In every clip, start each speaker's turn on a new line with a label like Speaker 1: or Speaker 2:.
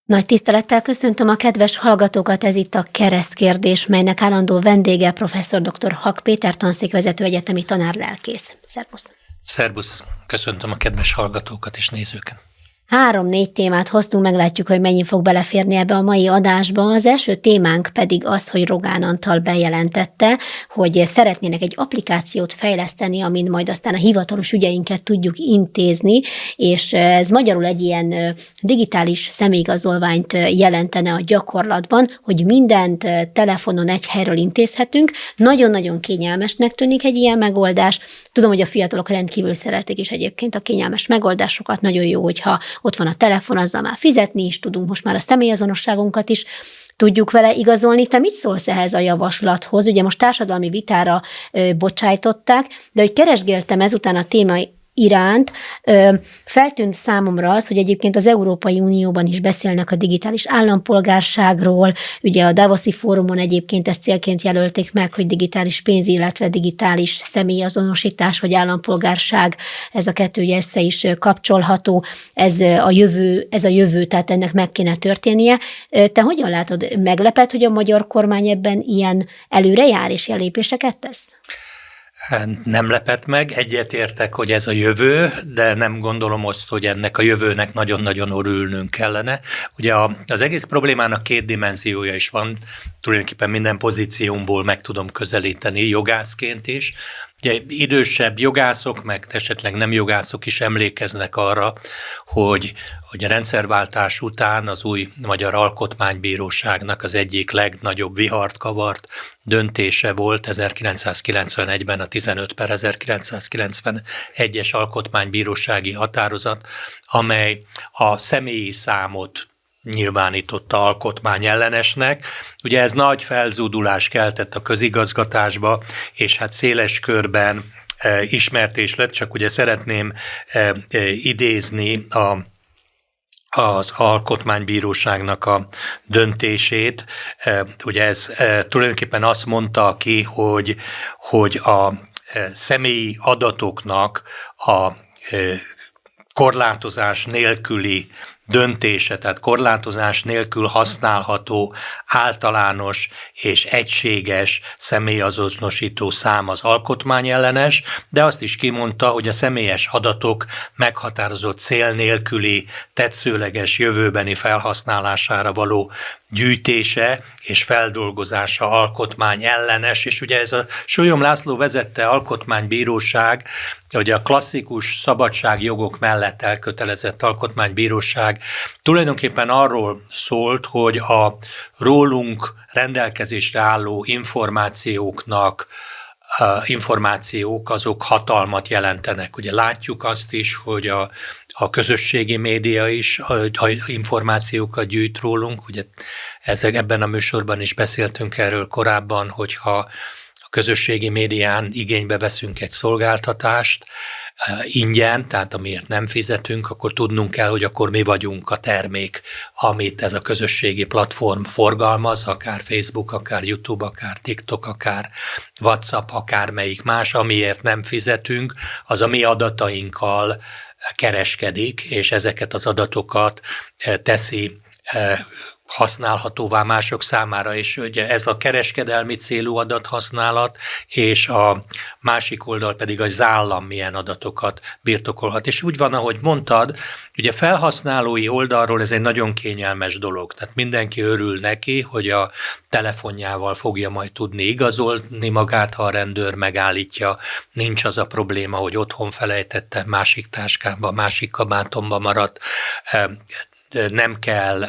Speaker 1: Nagy tisztelettel köszöntöm a kedves hallgatókat, ez itt a Keresztkérdés, melynek állandó vendége professzor dr. Hak Péter, tanszékvezető, egyetemi tanár, lelkész. Szervusz!
Speaker 2: Szervusz! Köszöntöm a kedves hallgatókat és nézőket!
Speaker 1: 3-4 témát hoztunk, meglátjuk, hogy mennyi fog beleférni ebbe a mai adásba. Az első témánk pedig az, hogy Rogán Antal bejelentette, hogy szeretnének egy applikációt fejleszteni, amin majd aztán a hivatalos ügyeinket tudjuk intézni, és ez magyarul egy ilyen digitális személyigazolványt jelentene a gyakorlatban, hogy mindent telefonon egy helyről intézhetünk. Nagyon-nagyon kényelmesnek tűnik egy ilyen megoldás. Tudom, hogy a fiatalok rendkívül szeretik is egyébként a kényelmes megoldásokat. Nagyon jó, hogyha ott van a telefon, azzal már fizetni is tudunk, most már a személyazonosságunkat is tudjuk vele igazolni. Te mit szólsz ehhez a javaslathoz? Ugye most társadalmi vitára bocsájtották, de hogy keresgéltem ezután a téma iránt, feltűnt számomra az, hogy egyébként az Európai Unióban is beszélnek a digitális állampolgárságról, ugye a Davoszi fórumon egyébként ezt célként jelölték meg, hogy digitális pénz, illetve digitális személyazonosítás vagy állampolgárság, ez a kettő ugye össze is kapcsolható, ez a jövő, tehát ennek meg kéne történnie. Te hogyan látod, meglepett, hogy a magyar kormány ebben ilyen előre jár és ilyen lépéseket tesz?
Speaker 2: Nem lepett meg, egyetértek, hogy ez a jövő, de nem gondolom azt, hogy ennek a jövőnek nagyon-nagyon örülnünk kellene. Ugye az egész problémának 2 dimenziója is van, tulajdonképpen minden pozíciómból meg tudom közelíteni, jogászként is. Ugye idősebb jogászok, meg esetleg nem jogászok is emlékeznek arra, hogy a rendszerváltás után az új Magyar Alkotmánybíróságnak az egyik legnagyobb vihart kavart döntése volt 1991-ben a 15/1991-es alkotmánybírósági határozat, amely a személyi számot nyilvánította alkotmányellenesnek. Ugye ez nagy felzúdulást keltett a közigazgatásba, és hát széles körben ismertés lett, csak ugye szeretném idézni az Alkotmánybíróságnak a döntését. Ugye ez tulajdonképpen azt mondta ki, hogy a személyi adatoknak a korlátozás nélküli döntése, tehát korlátozás nélkül használható általános és egységes személyazonosító szám az alkotmányellenes, de azt is kimondta, hogy a személyes adatok meghatározott cél nélküli tetszőleges jövőbeni felhasználására való gyűjtése és feldolgozása alkotmányellenes, és ugye ez a Sólyom László vezette alkotmánybíróság, hogy a klasszikus szabadságjogok mellett elkötelezett alkotmánybíróság tulajdonképpen arról szólt, hogy a rólunk rendelkezésre álló információk azok hatalmat jelentenek. Ugye látjuk azt is, hogy a közösségi média is információkat gyűjt rólunk. Ugye ebben a műsorban is beszéltünk erről korábban, hogyha a közösségi médián igénybe veszünk egy szolgáltatást ingyen, tehát amiért nem fizetünk, akkor tudnunk kell, hogy akkor mi vagyunk a termék, amit ez a közösségi platform forgalmaz, akár Facebook, akár YouTube, akár TikTok, akár WhatsApp, akármelyik más, amiért nem fizetünk, az a mi adatainkkal kereskedik, és ezeket az adatokat teszi használhatóvá mások számára, és ugye ez a kereskedelmi célú adathasználat, és a másik oldal pedig az állam milyen adatokat birtokolhat. És úgy van, ahogy mondtad, ugye felhasználói oldalról ez egy nagyon kényelmes dolog, tehát mindenki örül neki, hogy a telefonjával fogja majd tudni igazolni magát, ha a rendőr megállítja, nincs az a probléma, hogy otthon felejtette, másik táskámba, másik kabátomba maradt, nem kell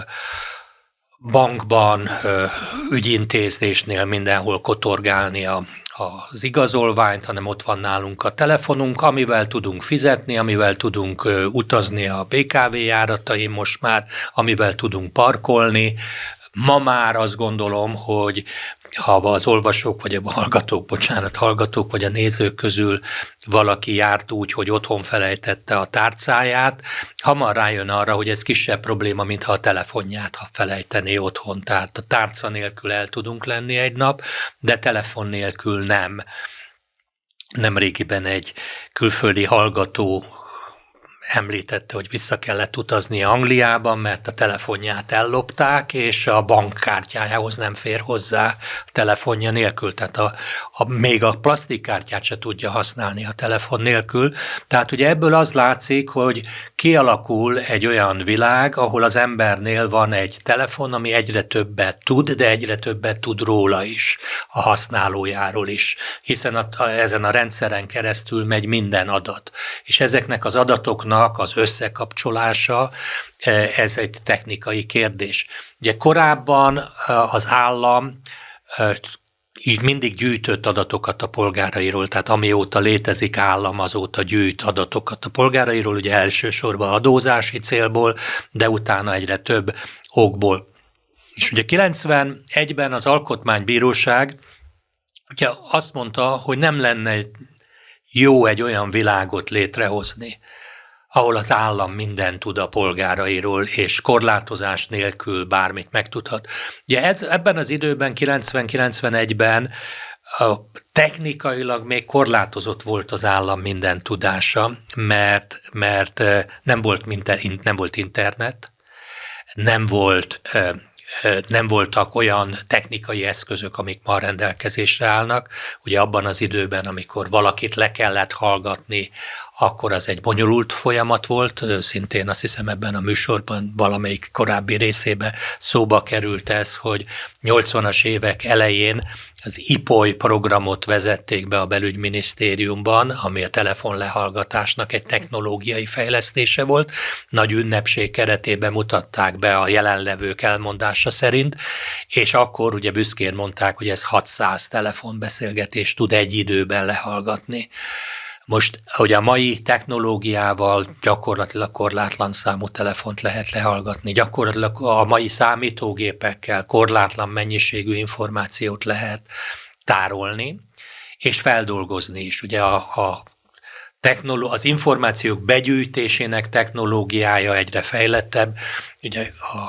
Speaker 2: bankban, ügyintézésnél mindenhol kotorgálni az igazolványt, hanem ott van nálunk a telefonunk, amivel tudunk fizetni, amivel tudunk utazni a BKV járatain most már, amivel tudunk parkolni. Ma már azt gondolom, hogy ha az olvasók, vagy a hallgatók, vagy a nézők közül valaki járt úgy, hogy otthon felejtette a tárcáját, hamar rájön arra, hogy ez kisebb probléma, mintha a telefonját felejtené otthon. Tehát a tárca nélkül el tudunk lenni egy nap, de telefon nélkül nem. Nemrégiben egy külföldi hallgató említette, hogy vissza kellett utaznia Angliában, mert a telefonját ellopták, és a bankkártyájához nem fér hozzá a telefonja nélkül, tehát még a plastikkártyát se tudja használni a telefon nélkül. Tehát ugye ebből az látszik, hogy kialakul egy olyan világ, ahol az embernél van egy telefon, ami egyre többet tud, de egyre többet tud róla is, a használójáról is, hiszen ezen a rendszeren keresztül megy minden adat. És ezeknek az adatoknak az összekapcsolása, ez egy technikai kérdés. Ugye korábban az állam így mindig gyűjtött adatokat a polgárairól, tehát amióta létezik állam, azóta gyűjt adatokat a polgárairól, ugye elsősorban adózási célból, de utána egyre több okból. És ugye 91-ben az Alkotmánybíróság ugye azt mondta, hogy nem lenne jó egy olyan világot létrehozni, ahol az állam mindent tud a polgárairól, és korlátozás nélkül bármit megtudhat. Ugye ebben az időben, 90-91-ben technikailag még korlátozott volt az állam minden tudása, mert nem volt internet, nem voltak olyan technikai eszközök, amik ma rendelkezésre állnak. Ugye abban az időben, amikor valakit le kellett hallgatni, akkor az egy bonyolult folyamat volt, szintén azt hiszem ebben a műsorban valamelyik korábbi részében szóba került ez, hogy 80-as évek elején az IPOI programot vezették be a belügyminisztériumban, ami a telefonlehallgatásnak egy technológiai fejlesztése volt. Nagy ünnepség keretében mutatták be a jelenlevők elmondása szerint, és akkor ugye büszkén mondták, hogy ez 600 telefonbeszélgetést tud egy időben lehallgatni. Most, hogy a mai technológiával gyakorlatilag korlátlan számú telefont lehet lehallgatni, gyakorlatilag a mai számítógépekkel korlátlan mennyiségű információt lehet tárolni, és feldolgozni is. Ugye az információk begyűjtésének technológiája egyre fejlettebb, ugye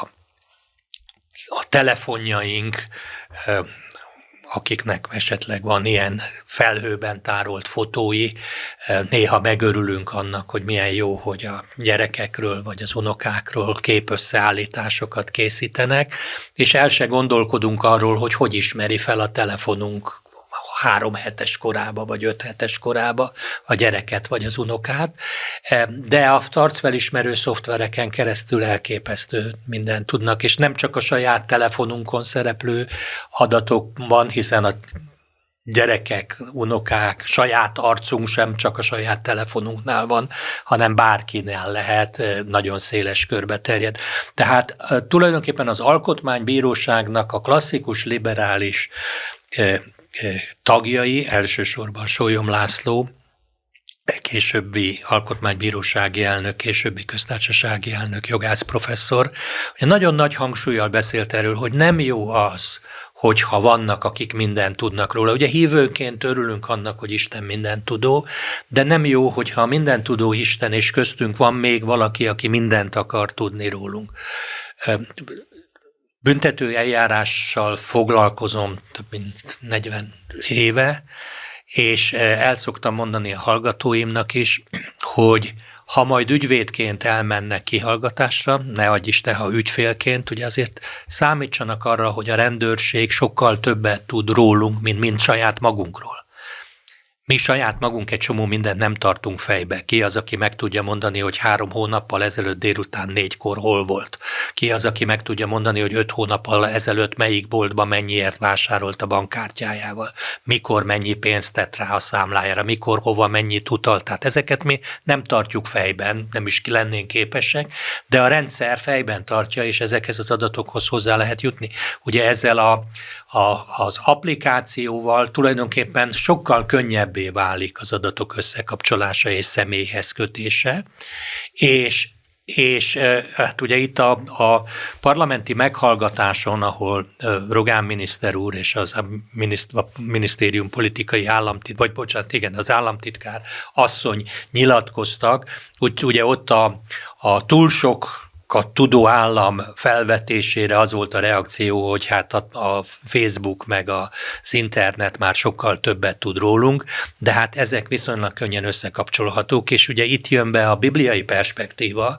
Speaker 2: a telefonjaink, akiknek esetleg van ilyen felhőben tárolt fotói, néha megörülünk annak, hogy milyen jó, hogy a gyerekekről vagy az unokákról képösszeállításokat készítenek, és el se gondolkodunk arról, hogy ismeri fel a telefonunk 3 hetes korába, vagy 5 hetes korába a gyereket, vagy az unokát, de a arcfelismerő szoftvereken keresztül elképesztő mindent tudnak, és nem csak a saját telefonunkon szereplő adatokban, hiszen a gyerekek, unokák, saját arcunk sem csak a saját telefonunknál van, hanem bárkinél lehet, nagyon széles körbe terjed. Tehát tulajdonképpen az Alkotmánybíróságnak a klasszikus liberális tagjai, elsősorban Sólyom László, későbbi alkotmánybírósági elnök, későbbi köztársasági elnök, jogász professzor, nagyon nagy hangsúllyal beszélt erről, hogy nem jó az, hogyha vannak, akik mindent tudnak róla. Ugye hívőként örülünk annak, hogy Isten mindent tudó, de nem jó, hogyha a mindent tudó Isten és köztünk van még valaki, aki mindent akar tudni rólunk. Büntető eljárással foglalkozom több mint 40 éve, és el szoktam mondani a hallgatóimnak is, hogy ha majd ügyvédként elmennek kihallgatásra, ne adj Isten, ha ügyfélként, ugye azért számítsanak arra, hogy a rendőrség sokkal többet tud rólunk, mint saját magunkról. Mi saját magunk egy csomó mindent nem tartunk fejbe. Ki az, aki meg tudja mondani, hogy 3 hónappal ezelőtt délután 4-kor hol volt? Ki az, aki meg tudja mondani, hogy 5 hónappal ezelőtt melyik boltba mennyiért vásárolt a bankkártyájával? Mikor mennyi pénzt tett rá a számlájára? Mikor, hova, mennyit utalt? Tehát ezeket mi nem tartjuk fejben, nem is lennénk képesek, de a rendszer fejben tartja, és ezekhez az adatokhoz hozzá lehet jutni. Ugye ezzel az applikációval tulajdonképpen sokkal könnyebbé válik az adatok összekapcsolása és személyhez kötése, és hát ugye itt a parlamenti meghallgatáson, ahol Rogán miniszter úr és a minisztérium politikai az államtitkár asszony nyilatkoztak, ugye ott a túl sok a tudó állam felvetésére az volt a reakció, hogy hát a Facebook meg az internet már sokkal többet tud rólunk, de hát ezek viszonylag könnyen összekapcsolhatók, és ugye itt jön be a bibliai perspektíva,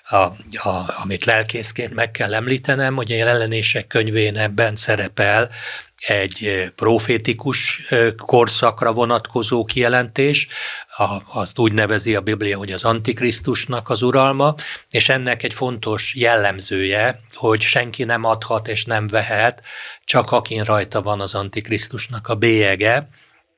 Speaker 2: amit lelkészként meg kell említenem, hogy a Jelenések könyvén ebben szerepel egy profétikus korszakra vonatkozó kijelentés, azt úgy nevezi a Biblia, hogy az Antikrisztusnak az uralma, és ennek egy fontos jellemzője, hogy senki nem adhat és nem vehet, csak akin rajta van az Antikrisztusnak a bélyege.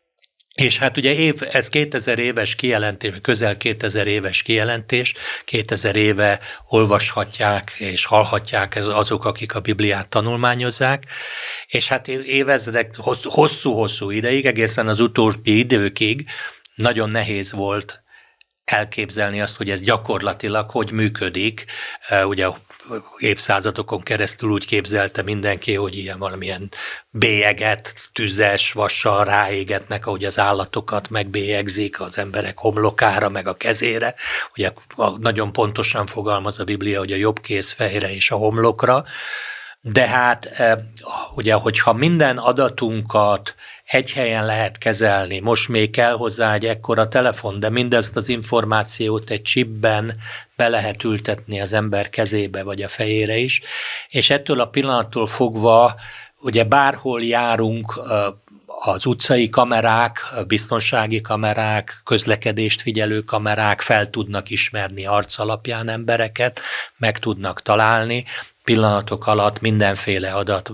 Speaker 2: És hát ugye ez 2000 éves kijelentés, közel 2000 éves kijelentés, 2000 éve olvashatják és hallhatják azok, akik a Bibliát tanulmányozzák, és hát évezredek, hosszú-hosszú ideig, egészen az utóbbi időkig nagyon nehéz volt elképzelni azt, hogy ez gyakorlatilag hogy működik. Ugye évszázadokon keresztül úgy képzelte mindenki, hogy ilyen valamilyen bélyeget, tüzes vassal ráégetnek, ahogy az állatokat megbélyegzik az emberek homlokára, meg a kezére. Ugye nagyon pontosan fogalmaz a Biblia, hogy a jobb kéz fejre és a homlokra. De hát ugye, hogyha minden adatunkat egy helyen lehet kezelni, most még kell hozzá egy ekkora telefon, de mindezt az információt egy chipben be lehet ültetni az ember kezébe vagy a fejére is, és ettől a pillanattól fogva ugye bárhol járunk, az utcai kamerák, biztonsági kamerák, közlekedést figyelő kamerák fel tudnak ismerni arc alapján embereket, meg tudnak találni, pillanatok alatt mindenféle adat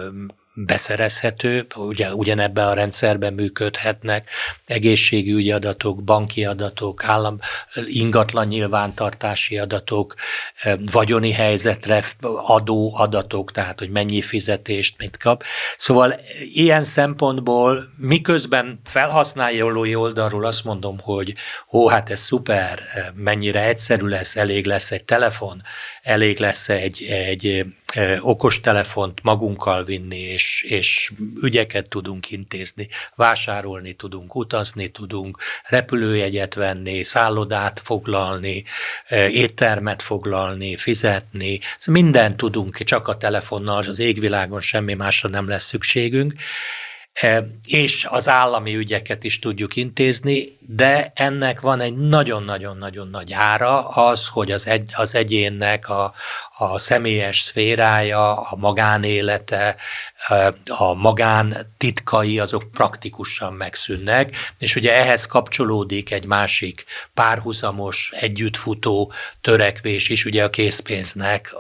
Speaker 2: beszerezhető, ugyanebben a rendszerben működhetnek egészségügyi adatok, banki adatok, ingatlan nyilvántartási adatok, vagyoni helyzetre adó adatok, tehát hogy mennyi fizetést mit kap. Szóval ilyen szempontból miközben felhasználói oldalról azt mondom, hogy hát ez szuper, mennyire egyszerű lesz, elég lesz egy telefon, elég lesz egy okostelefont magunkkal vinni, és ügyeket tudunk intézni, vásárolni tudunk, utazni tudunk, repülőjegyet venni, szállodát foglalni, éttermet foglalni, fizetni, mindent tudunk, csak a telefonnal, az égvilágon semmi másra nem lesz szükségünk, és az állami ügyeket is tudjuk intézni, de ennek van egy nagyon-nagyon-nagyon nagy ára, az, hogy az egyénnek a személyes szférája, a magánélete, a magántitkai, azok praktikusan megszűnnek, és ugye ehhez kapcsolódik egy másik párhuzamos, együttfutó törekvés is, ugye a készpénznek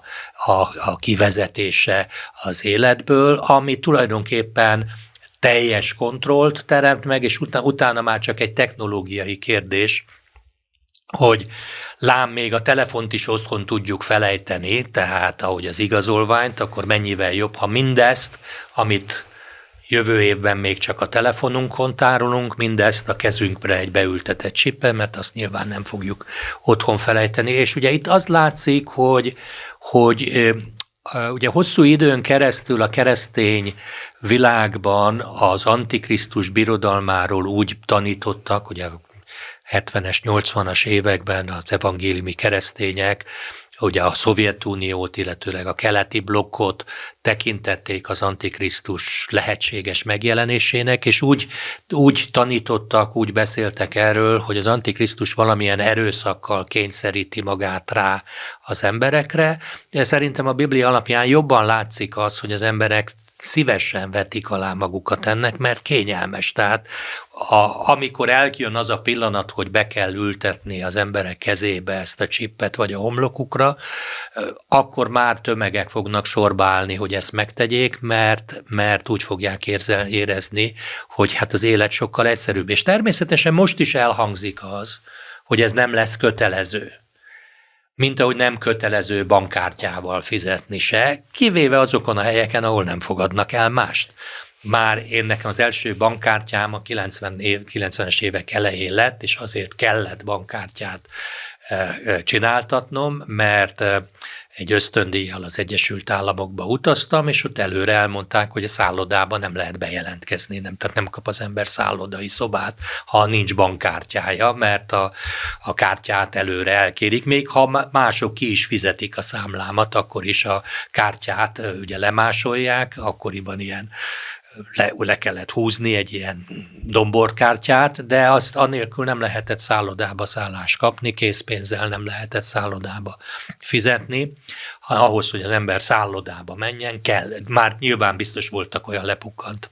Speaker 2: a kivezetése az életből, ami tulajdonképpen teljes kontrollt teremt meg, és utána már csak egy technológiai kérdés, hogy lám még a telefont is otthon tudjuk felejteni, tehát ahogy az igazolványt, akkor mennyivel jobb, ha mindezt, amit jövő évben még csak a telefonunkon tárolunk, mindezt a kezünkre egy beültetett csippel, mert azt nyilván nem fogjuk otthon felejteni. És ugye itt az látszik, hogy ugye hosszú időn keresztül a keresztény világban az Antikrisztus birodalmáról úgy tanítottak, ugye a 70-es, 80-as években az evangéliumi keresztények, ugye a Szovjetuniót, illetőleg a keleti blokkot tekintették az Antikrisztus lehetséges megjelenésének, és úgy tanítottak, úgy beszéltek erről, hogy az Antikrisztus valamilyen erőszakkal kényszeríti magát rá az emberekre, de szerintem a Biblia alapján jobban látszik az, hogy az emberek szívesen vetik alá magukat ennek, mert kényelmes. Tehát amikor eljön az a pillanat, hogy be kell ültetni az emberek kezébe ezt a csippet vagy a homlokukra, akkor már tömegek fognak sorba állni, hogy ezt megtegyék, mert úgy fogják érezni, hogy hát az élet sokkal egyszerűbb. És természetesen most is elhangzik az, hogy ez nem lesz kötelező. Mint ahogy nem kötelező bankkártyával fizetni se, kivéve azokon a helyeken, ahol nem fogadnak el mást. Már nekem az első bankkártyám a 90-es évek elején lett, és azért kellett bankkártyát csináltatnom, mert egy ösztöndíjjal az Egyesült Államokba utaztam, és ott előre elmondták, hogy a szállodában nem lehet bejelentkezni, tehát nem kap az ember szállodai szobát, ha nincs bankkártyája, mert a kártyát előre elkérik, még ha mások ki is fizetik a számlámat, akkor is a kártyát ugye lemásolják, akkoriban ilyen le kellett húzni egy ilyen domborkártyát, de azt anélkül nem lehetett szállodába szállást kapni, készpénzzel nem lehetett szállodába fizetni. Ahhoz, hogy az ember szállodába menjen, kell. Már nyilván biztos voltak olyan lepukkant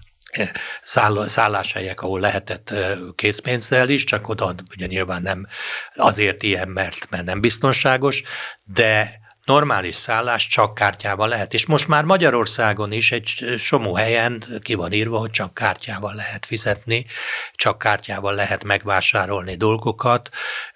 Speaker 2: szálláshelyek, ahol lehetett készpénzzel is, csak oda ugye nyilván nem azért ilyen, mert nem biztonságos, de normális szállás csak kártyával lehet, és most már Magyarországon is egy csomó helyen ki van írva, hogy csak kártyával lehet fizetni, csak kártyával lehet megvásárolni dolgokat,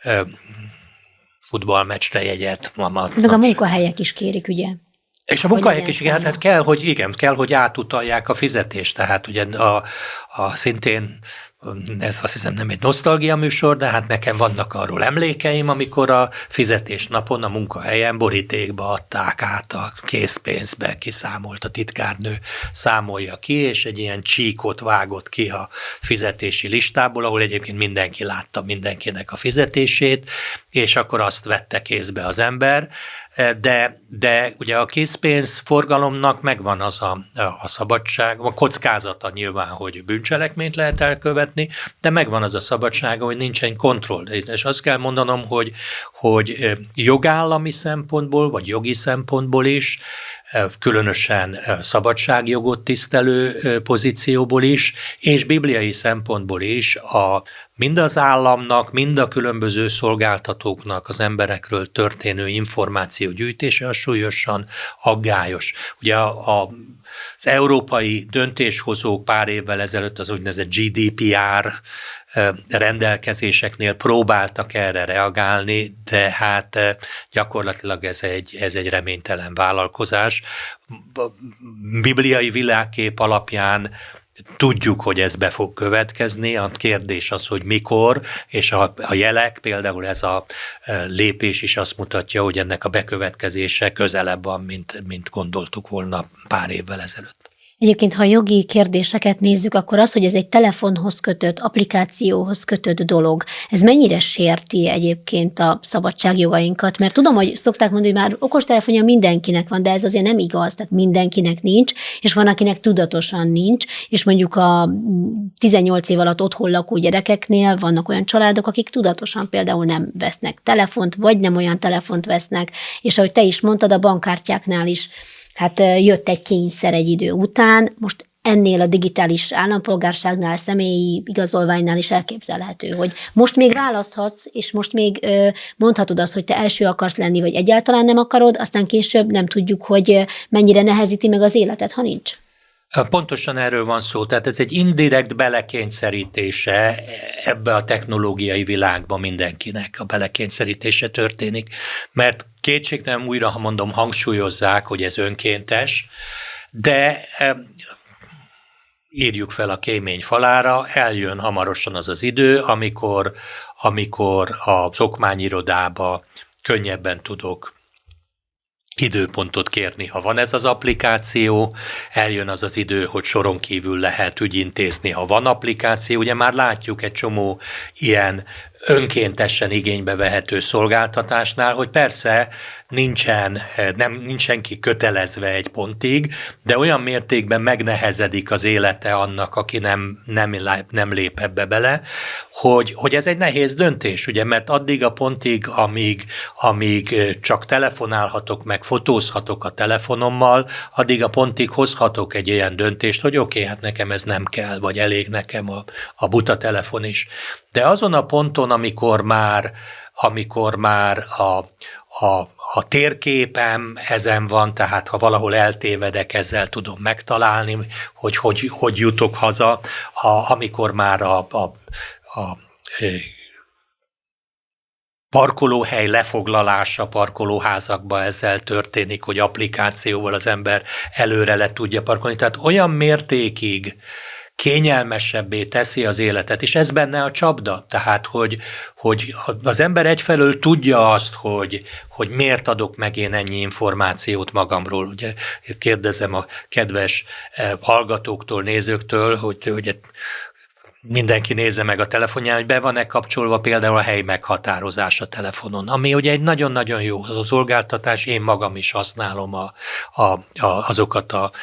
Speaker 2: futballmeccsre jegyet.
Speaker 1: Meg a munkahelyek is kérik, ugye?
Speaker 2: És a munkahelyek is, igen, hát kell, hogy átutalják a fizetést, tehát ugye szintén ez azt hiszem nem egy nosztalgia műsor, de hát nekem vannak arról emlékeim, amikor a fizetésnapon a munkahelyen borítékba adták át a készpénzbe, kiszámolt a titkárnő, számolja ki, és egy ilyen csíkot vágott ki a fizetési listából, ahol egyébként mindenki látta mindenkinek a fizetését, és akkor azt vette kézbe az ember, de ugye a készpénz forgalomnak megvan az a szabadság, a kockázata nyilván, hogy bűncselekményt lehet elkövetni, de megvan az a szabadsága, hogy nincsen kontroll. És azt kell mondanom, hogy jogállami szempontból, vagy jogi szempontból is, különösen szabadságjogot tisztelő pozícióból is, és bibliai szempontból is mind az államnak, mind a különböző szolgáltatóknak az emberekről történő információ gyűjtése a súlyosan aggályos. Ugye az európai döntéshozók pár évvel ezelőtt az úgynevezett GDPR rendelkezéseknél próbáltak erre reagálni, de hát gyakorlatilag ez egy reménytelen vállalkozás. Bibliai világkép alapján tudjuk, hogy ez be fog következni, a kérdés az, hogy mikor, és a jelek, például ez a lépés is azt mutatja, hogy ennek a bekövetkezése közelebb van, mint gondoltuk volna pár évvel ezelőtt.
Speaker 1: Egyébként, ha jogi kérdéseket nézzük, akkor az, hogy ez egy telefonhoz kötött, applikációhoz kötött dolog, ez mennyire sérti egyébként a szabadságjogainkat? Mert tudom, hogy szokták mondani, hogy már okostelefonja mindenkinek van, de ez azért nem igaz, tehát mindenkinek nincs, és van, akinek tudatosan nincs, és mondjuk a 18 év alatt otthon lakó gyerekeknél vannak olyan családok, akik tudatosan például nem vesznek telefont, vagy nem olyan telefont vesznek, és ahogy te is mondtad, a bankkártyáknál is hát jött egy kényszer egy idő után, most ennél a digitális állampolgárságnál, személyi igazolványnál is elképzelhető, hogy most még választhatsz, és most még mondhatod azt, hogy te első akarsz lenni, vagy egyáltalán nem akarod, aztán később nem tudjuk, hogy mennyire nehezíti meg az életed, ha nincs.
Speaker 2: Pontosan erről van szó, tehát ez egy indirekt belekényszerítése ebbe a technológiai világba mindenkinek, a belekényszerítése történik, mert kétségtelen újra, ha mondom, hangsúlyozzák, hogy ez önkéntes, de írjuk fel a kémény falára, eljön hamarosan az az idő, amikor az okmányirodába könnyebben tudok időpontot kérni, ha van ez az applikáció, eljön az az idő, hogy soron kívül lehet ügyintézni, ha van applikáció. Ugye már látjuk egy csomó ilyen önkéntesen igénybe vehető szolgáltatásnál, hogy persze nincsen ki kötelezve egy pontig, de olyan mértékben megnehezedik az élete annak, aki nem lép ebbe bele, hogy ez egy nehéz döntés, ugye, mert addig a pontig, amíg csak telefonálhatok, meg fotózhatok a telefonommal, addig a pontig hozhatok egy ilyen döntést, hogy oké, hát nekem ez nem kell, vagy elég nekem a buta telefon is. De azon a ponton, amikor már a térképem ezen van, tehát ha valahol eltévedek, ezzel tudom megtalálni, hogy jutok haza, amikor már a parkolóhely lefoglalása parkolóházakba ezzel történik, hogy applikációval az ember előre le tudja parkolni. Tehát olyan mértékig kényelmesebbé teszi az életet, és ez benne a csapda. Tehát, hogy az ember egyfelől tudja azt, hogy miért adok meg én ennyi információt magamról. Ugye kérdezem a kedves hallgatóktól, nézőktől, hogy mindenki nézze meg a telefonján, hogy be van-e kapcsolva például a hely meghatározás a telefonon, ami ugye egy nagyon-nagyon jó szolgáltatás, én magam is használom azokat a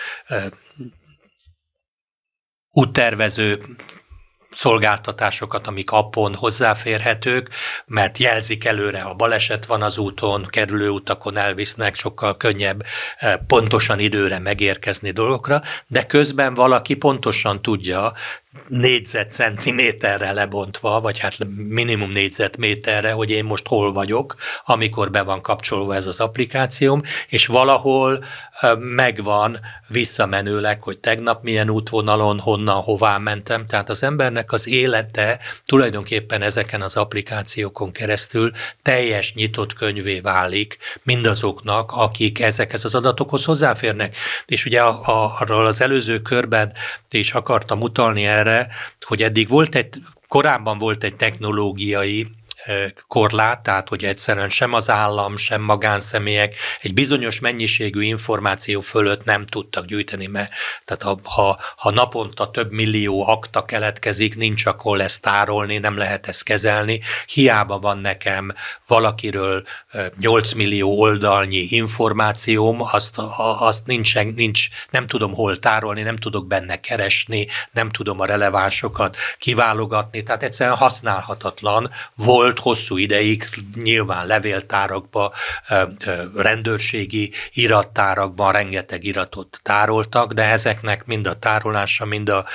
Speaker 2: úttervező szolgáltatásosokat, amik appon hozzáférhetők, mert jelzik előre, ha baleset van az úton, kerülő utakon elvisznek, sokkal könnyebb pontosan időre megérkezni dolgokra, de közben valaki pontosan tudja, négyzetcentiméterre lebontva, vagy hát minimum négyzetméterre, hogy én most hol vagyok, amikor be van kapcsolva ez az applikációm, és valahol megvan visszamenőleg, hogy tegnap milyen útvonalon, honnan, hová mentem. Tehát az embernek az élete tulajdonképpen ezeken az applikációkon keresztül teljes nyitott könyvé válik mindazoknak, akik ezekhez az adatokhoz hozzáférnek. És ugye arról az előző körben is akartam utalni erre, hogy eddig korábban volt egy technológiai korlát, tehát hogy egyszerűen sem az állam, sem magánszemélyek egy bizonyos mennyiségű információ fölött nem tudtak gyűjteni, mert tehát ha naponta több millió akta keletkezik, nincs akkor ezt tárolni, nem lehet ezt kezelni, hiába van nekem valakiről 8 millió oldalnyi információm, azt nem tudom hol tárolni, nem tudok benne keresni, nem tudom a relevánsokat kiválogatni, tehát egyszerűen használhatatlan volt hosszú ideig, nyilván levéltárakban, rendőrségi irattárakban rengeteg iratot tároltak, de ezeknek mind a tárolása, mind a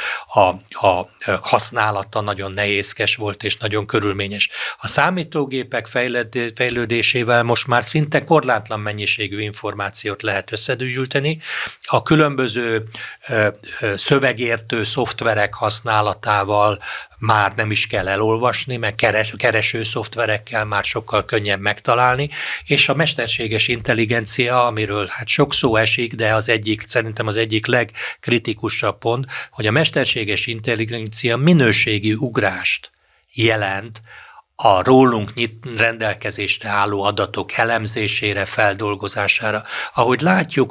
Speaker 2: használata nagyon nehézkes volt és nagyon körülményes. A számítógépek fejlődésével most már szinte korlátlan mennyiségű információt lehet összegyűjteni. A különböző szövegértő szoftverek használatával már nem is kell elolvasni, meg kereső szoftverekkel már sokkal könnyebb megtalálni, és a mesterséges intelligencia, amiről hát sok szó esik, de szerintem az egyik legkritikusabb pont, hogy a mesterséges intelligencia minőségi ugrást jelent a rólunk rendelkezésre álló adatok elemzésére, feldolgozására. Ahogy látjuk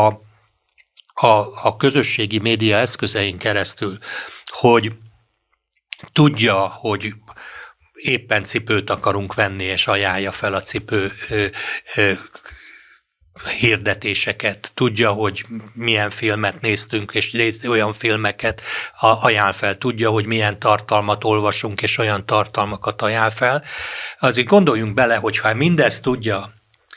Speaker 2: a közösségi média eszközein keresztül, hogy tudja, hogy éppen cipőt akarunk venni, és ajánlja fel a cipő hirdetéseket, tudja, hogy milyen filmet néztünk, és olyan filmeket ajánl fel, tudja, hogy milyen tartalmat olvasunk, és olyan tartalmakat ajánl fel. Azért gondoljunk bele, hogyha mindezt tudja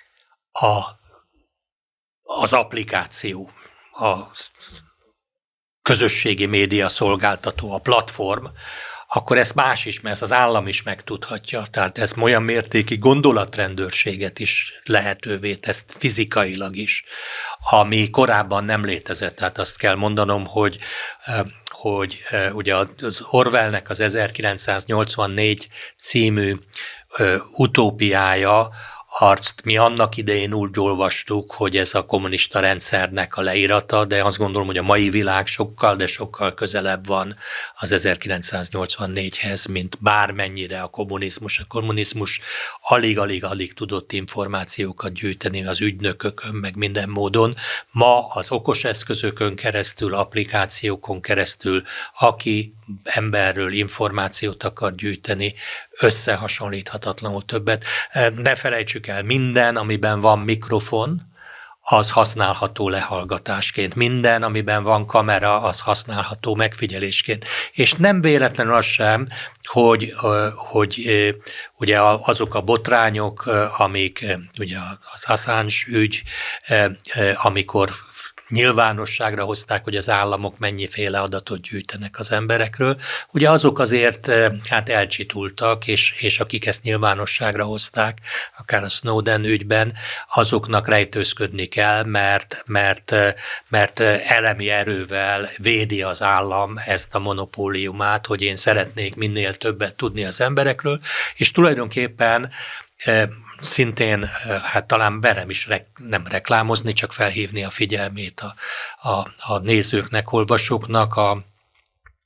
Speaker 2: az applikáció, a közösségi média szolgáltató, a platform, akkor ezt más is, mert ezt az állam is megtudhatja. Tehát ez olyan mértékig gondolatrendőrséget is lehetővé tesz fizikailag is, ami korábban nem létezett. Tehát azt kell mondanom, hogy ugye az Orwellnek az 1984 című utópiája, azt mi annak idején úgy olvastuk, hogy ez a kommunista rendszernek a leírata, de azt gondolom, hogy a mai világ sokkal, de sokkal közelebb van az 1984-hez, mint bármennyire a kommunizmus. A kommunizmus alig tudott információkat gyűjteni az ügynökökön, meg minden módon. Ma az okos eszközökön keresztül, applikációkon keresztül, aki emberről információt akar gyűjteni, összehasonlíthatatlanul többet. Ne felejtsük el, minden, amiben van mikrofon, az használható lehallgatásként. Minden, amiben van kamera, az használható megfigyelésként. És nem véletlenül az sem, hogy ugye azok a botrányok, amik ugye az Assange ügy, amikor nyilvánosságra hozták, hogy az államok mennyiféle adatot gyűjtenek az emberekről. Ugye azok azért hát elcsitultak, és akik ezt nyilvánosságra hozták, akár a Snowden ügyben, azoknak rejtőzködni kell, mert elemi erővel védi az állam ezt a monopóliumát, hogy én szeretnék minél többet tudni az emberekről, és tulajdonképpen szintén, hát talán merem is nem reklámozni, csak felhívni a figyelmét a nézőknek, olvasóknak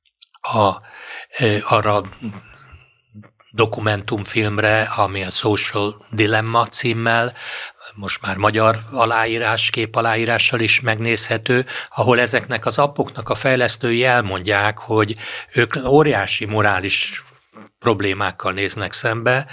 Speaker 2: arra dokumentumfilmre, ami a Social Dilemma címmel, most már magyar képaláírással is megnézhető, ahol ezeknek az appoknak a fejlesztői elmondják, hogy ők óriási morális problémákkal néznek szembe,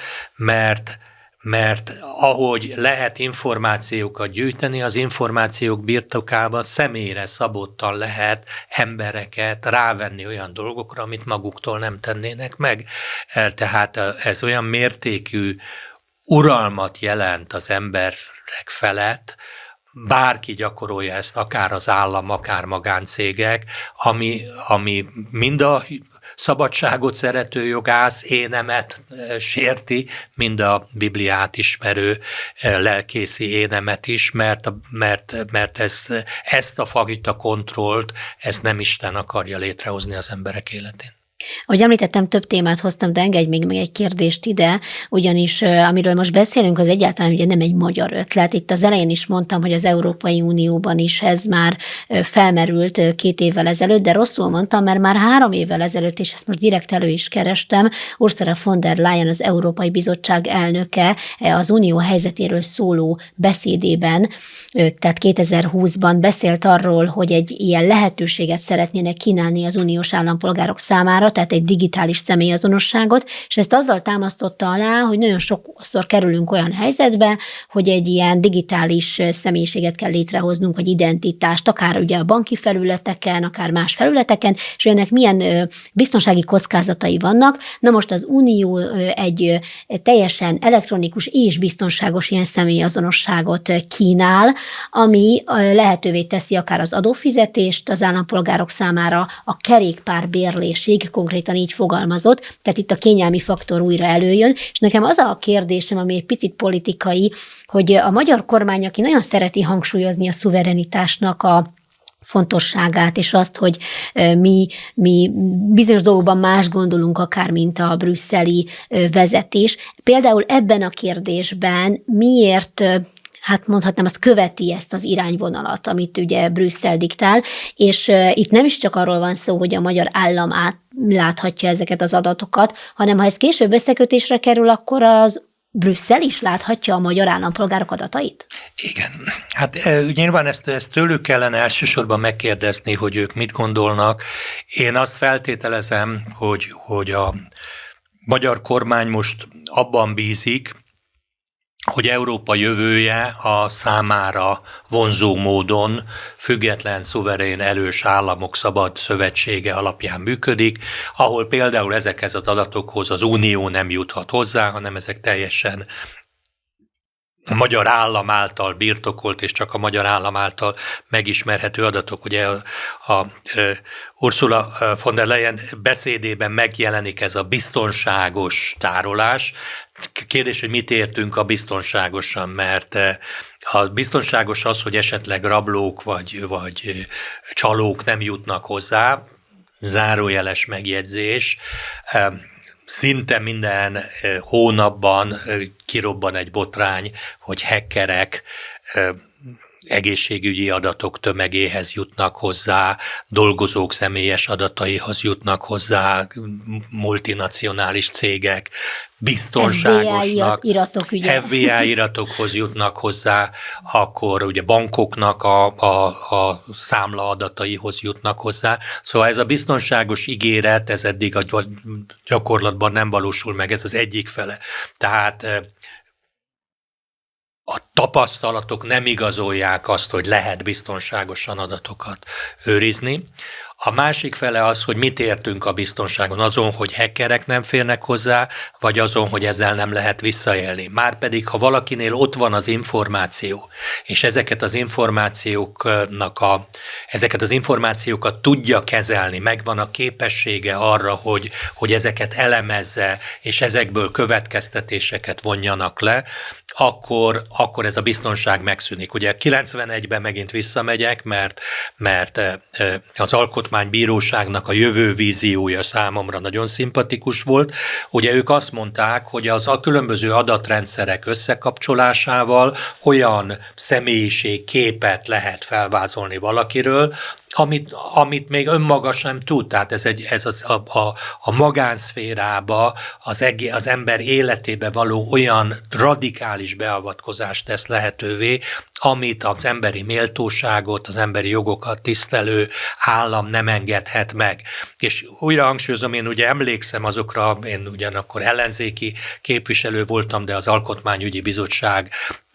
Speaker 2: mert ahogy lehet információkat gyűjteni, az információk birtokában személyre szabottan lehet embereket rávenni olyan dolgokra, amit maguktól nem tennének meg. Tehát ez olyan mértékű uralmat jelent az emberek felett, bárki gyakorolja ezt, akár az állam, akár magáncégek, ami mind a szabadságot szerető jogász énemet sérti, mind a Bibliát ismerő lelkészi énemet is, mert ezt a fajta kontrollt, ezt nem Isten akarja létrehozni az emberek életén.
Speaker 1: Ahogy említettem, több témát hoztam, de engedj még egy kérdést ide, ugyanis amiről most beszélünk, az egyáltalán ugye nem egy magyar ötlet. Itt az elején is mondtam, hogy az Európai Unióban is ez már felmerült 2 évvel ezelőtt, de rosszul mondtam, mert már 3 évvel ezelőtt, és ezt most direkt elő is kerestem, Ursula von der Leyen, az Európai Bizottság elnöke az unió helyzetéről szóló beszédében, tehát 2020-ban beszélt arról, hogy egy ilyen lehetőséget szeretnének kínálni az uniós állampolgárok számára, tehát egy digitális személyazonosságot, és ezt azzal támasztotta alá, hogy nagyon sokszor kerülünk olyan helyzetbe, hogy egy ilyen digitális személyiséget kell létrehoznunk, vagy identitást, akár ugye a banki felületeken, akár más felületeken, és ennek milyen biztonsági kockázatai vannak. Na most az Unió egy teljesen elektronikus és biztonságos ilyen személyazonosságot kínál, ami lehetővé teszi akár az adófizetést az állampolgárok számára, a kerékpárbérlésig, konkrétan így fogalmazott, tehát itt a kényelmi faktor újra előjön, és nekem az a kérdésem, ami egy picit politikai, hogy a magyar kormány, aki nagyon szereti hangsúlyozni a szuverenitásnak a fontosságát, és azt, hogy mi bizonyos dolgokban más gondolunk, akár mint a brüsszeli vezetés. Például ebben a kérdésben miért, hát mondhatnám, azt követi ezt az irányvonalat, amit ugye Brüsszel diktál, és itt nem is csak arról van szó, hogy a magyar állam láthatja ezeket az adatokat, hanem ha ez később összekötésre kerül, akkor az Brüsszel is láthatja a magyar állampolgárok adatait?
Speaker 2: Igen. Hát nyilván ezt tőlük kellene elsősorban megkérdezni, hogy ők mit gondolnak. Én azt feltételezem, hogy a magyar kormány most abban bízik, hogy Európa jövője a számára vonzó módon független, szuverén, erős államok szabad szövetsége alapján működik, ahol például ezekhez az adatokhoz az Unió nem juthat hozzá, hanem ezek teljesen a magyar állam által birtokolt, és csak a magyar állam által megismerhető adatok. Ugye a Ursula von der Leyen beszédében megjelenik ez a biztonságos tárolás. Kérdés, hogy mit értünk a biztonságosan, mert a biztonságos az, hogy esetleg rablók vagy csalók nem jutnak hozzá, zárójeles megjegyzés. Szinte minden hónapban kirobban egy botrány, hogy hackerek egészségügyi adatok tömegéhez jutnak hozzá, dolgozók személyes adataihoz jutnak hozzá, multinacionális cégek, biztonságosnak, FBI iratokhoz jutnak hozzá, akkor ugye bankoknak a számla adataihoz jutnak hozzá. Szóval ez a biztonságos ígéret, ez eddig a gyakorlatban nem valósul meg, ez az egyik fele. Tehát a tapasztalatok nem igazolják azt, hogy lehet biztonságosan adatokat őrizni. A másik fele az, hogy mit értünk a biztonságon, azon, hogy hackerek nem férnek hozzá, vagy azon, hogy ezzel nem lehet visszaélni. Márpedig, ha valakinél ott van az információ, és ezeket az információkat tudja kezelni, megvan a képessége arra, hogy ezeket elemezze, és ezekből következtetéseket vonjanak le, akkor ez a biztonság megszűnik. Ugye 91-ben megint visszamegyek, mert az Alkotmánybíróságnak a jövő víziója számomra nagyon szimpatikus volt. Ugye ők azt mondták, hogy a különböző adatrendszerek összekapcsolásával olyan személyiségképet lehet felvázolni valakiről, amit még önmaga sem tud. Tehát a magánszférába, az ember életébe való olyan radikális beavatkozást tesz lehetővé, amit az emberi méltóságot, az emberi jogokat tisztelő állam nem engedhet meg. És újra hangsúlyozom, én ugye emlékszem azokra, én ugyanakkor ellenzéki képviselő voltam, de az Alkotmányügyi Bizottság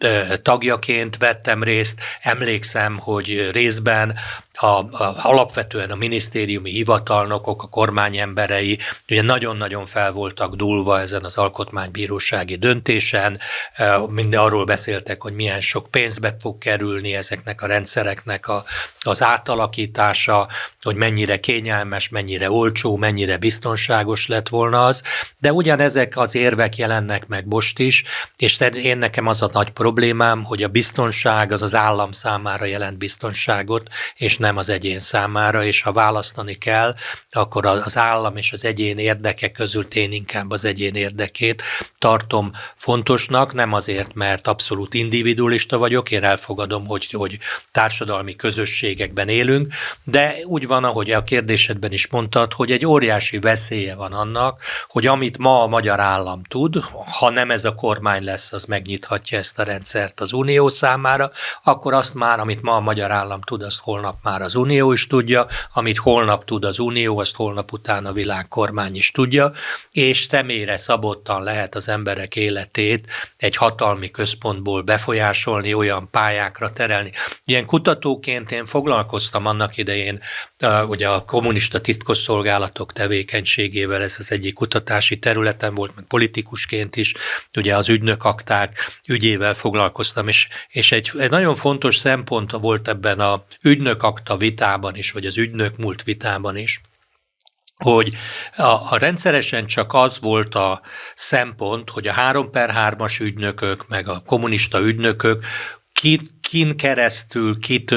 Speaker 2: tagjaként vettem részt. Emlékszem, hogy részben alapvetően a minisztériumi hivatalnokok, a kormány emberei ugye nagyon-nagyon fel voltak dúlva ezen az alkotmánybírósági döntésen, minden arról beszéltek, hogy milyen sok pénzbe fog kerülni ezeknek a rendszereknek az átalakítása, hogy mennyire kényelmes, mennyire olcsó, mennyire biztonságos lett volna az, de ugyanezek az érvek jelennek meg most is, és én nekem az a nagy problémám, hogy a biztonság az állam számára jelent biztonságot, és nem az egyén számára, és ha választani kell, akkor az állam és az egyén érdeke közül én inkább az egyén érdekét tartom fontosnak, nem azért, mert abszolút individualista vagyok, én elfogadom, hogy társadalmi közösségekben élünk, de úgy van, ahogy a kérdésedben is mondtad, hogy egy óriási veszélye van annak, hogy amit ma a magyar állam tud, ha nem ez a kormány lesz, az megnyithatja ezt a rendszert az Unió számára, akkor azt már, amit ma a magyar állam tud, azt holnap már az Unió is tudja, amit holnap tud az Unió, azt holnap után a világkormány is tudja, és személyre szabottan lehet az emberek életét egy hatalmi központból befolyásolni, olyan pályákra terelni. Ilyen kutatóként én foglalkoztam annak idején, ugye a kommunista titkosszolgálatok tevékenységével, ez az egyik kutatási területen volt, meg politikusként is, ugye az ügynökakták ügyével foglalkoztam, és egy nagyon fontos szempont volt ebben a ügynökakta vitában is, vagy az ügynökmúlt vitában is, hogy a rendszeresen csak az volt a szempont, hogy a 3/3-as ügynökök, meg a kommunista ügynökök kin keresztül,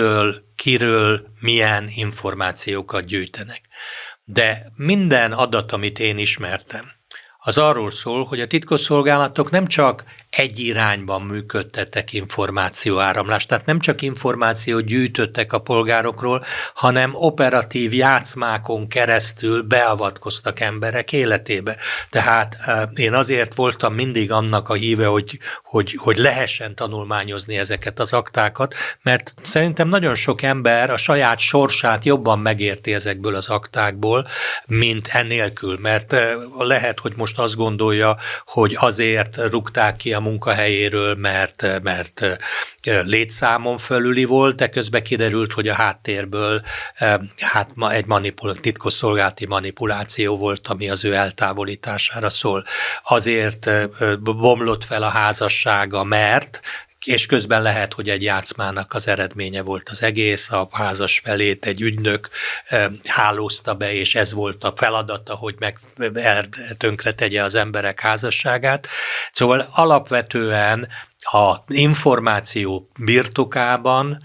Speaker 2: kiről milyen információkat gyűjtenek. De minden adat, amit én ismertem, az arról szól, hogy a titkosszolgálatok nem csak egy irányban működtettek információáramlást, tehát nem csak információt gyűjtöttek a polgárokról, hanem operatív játszmákon keresztül beavatkoztak emberek életébe. Tehát én azért voltam mindig annak a híve, hogy lehessen tanulmányozni ezeket az aktákat, mert szerintem nagyon sok ember a saját sorsát jobban megérti ezekből az aktákból, mint ennélkül, mert lehet, hogy most azt gondolja, hogy azért rúgták ki a munkahelyéről, mert létszámon fölüli volt, de közben kiderült, hogy a háttérből egy titkosszolgálati manipuláció volt, ami az ő eltávolítására szól. Azért bomlott fel a házassága, és közben lehet, hogy egy játszmának az eredménye volt az egész, a házas felét egy ügynök hálózta be, és ez volt a feladata, hogy tönkretegye az emberek házasságát. Szóval alapvetően az információ birtokában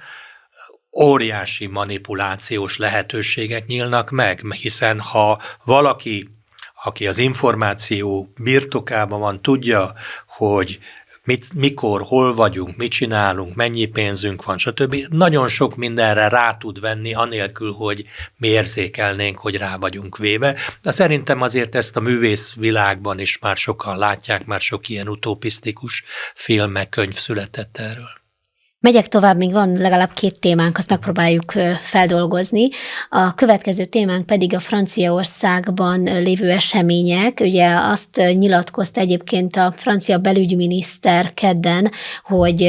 Speaker 2: óriási manipulációs lehetőségek nyílnak meg, hiszen ha valaki, aki az információ birtokában van, tudja, hogy mikor, hol vagyunk, mit csinálunk, mennyi pénzünk van, stb. Nagyon sok mindenre rá tud venni, anélkül, hogy mi érzékelnénk, hogy rá vagyunk véve. De szerintem azért ezt a művészvilágban is már sokan látják, már sok ilyen utopisztikus film, meg könyv született erről.
Speaker 1: Megyek tovább, még van legalább 2 témánk, azt megpróbáljuk feldolgozni. A következő témánk pedig a Franciaországban lévő események. Ugye azt nyilatkozta egyébként a francia belügyminiszter kedden, hogy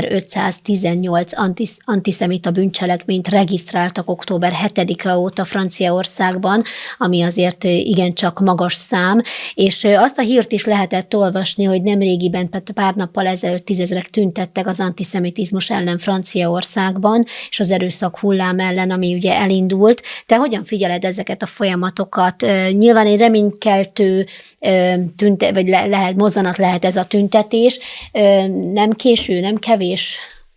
Speaker 1: 1518 antiszemita bűncselekményt regisztráltak október 7-e óta Franciaországban, ami azért igencsak magas szám, és azt a hírt is lehetett olvasni, hogy nemrégiben, pár nappal ezelőtt 10 000-ek tüntettek az antiszemitizmus ellen Franciaországban, és az erőszak hullám ellen, ami ugye elindult. Te hogyan figyeled ezeket a folyamatokat? Nyilván egy reménykeltő vagy mozzanat lehet ez a tüntetés. Nem késő, nem kevés?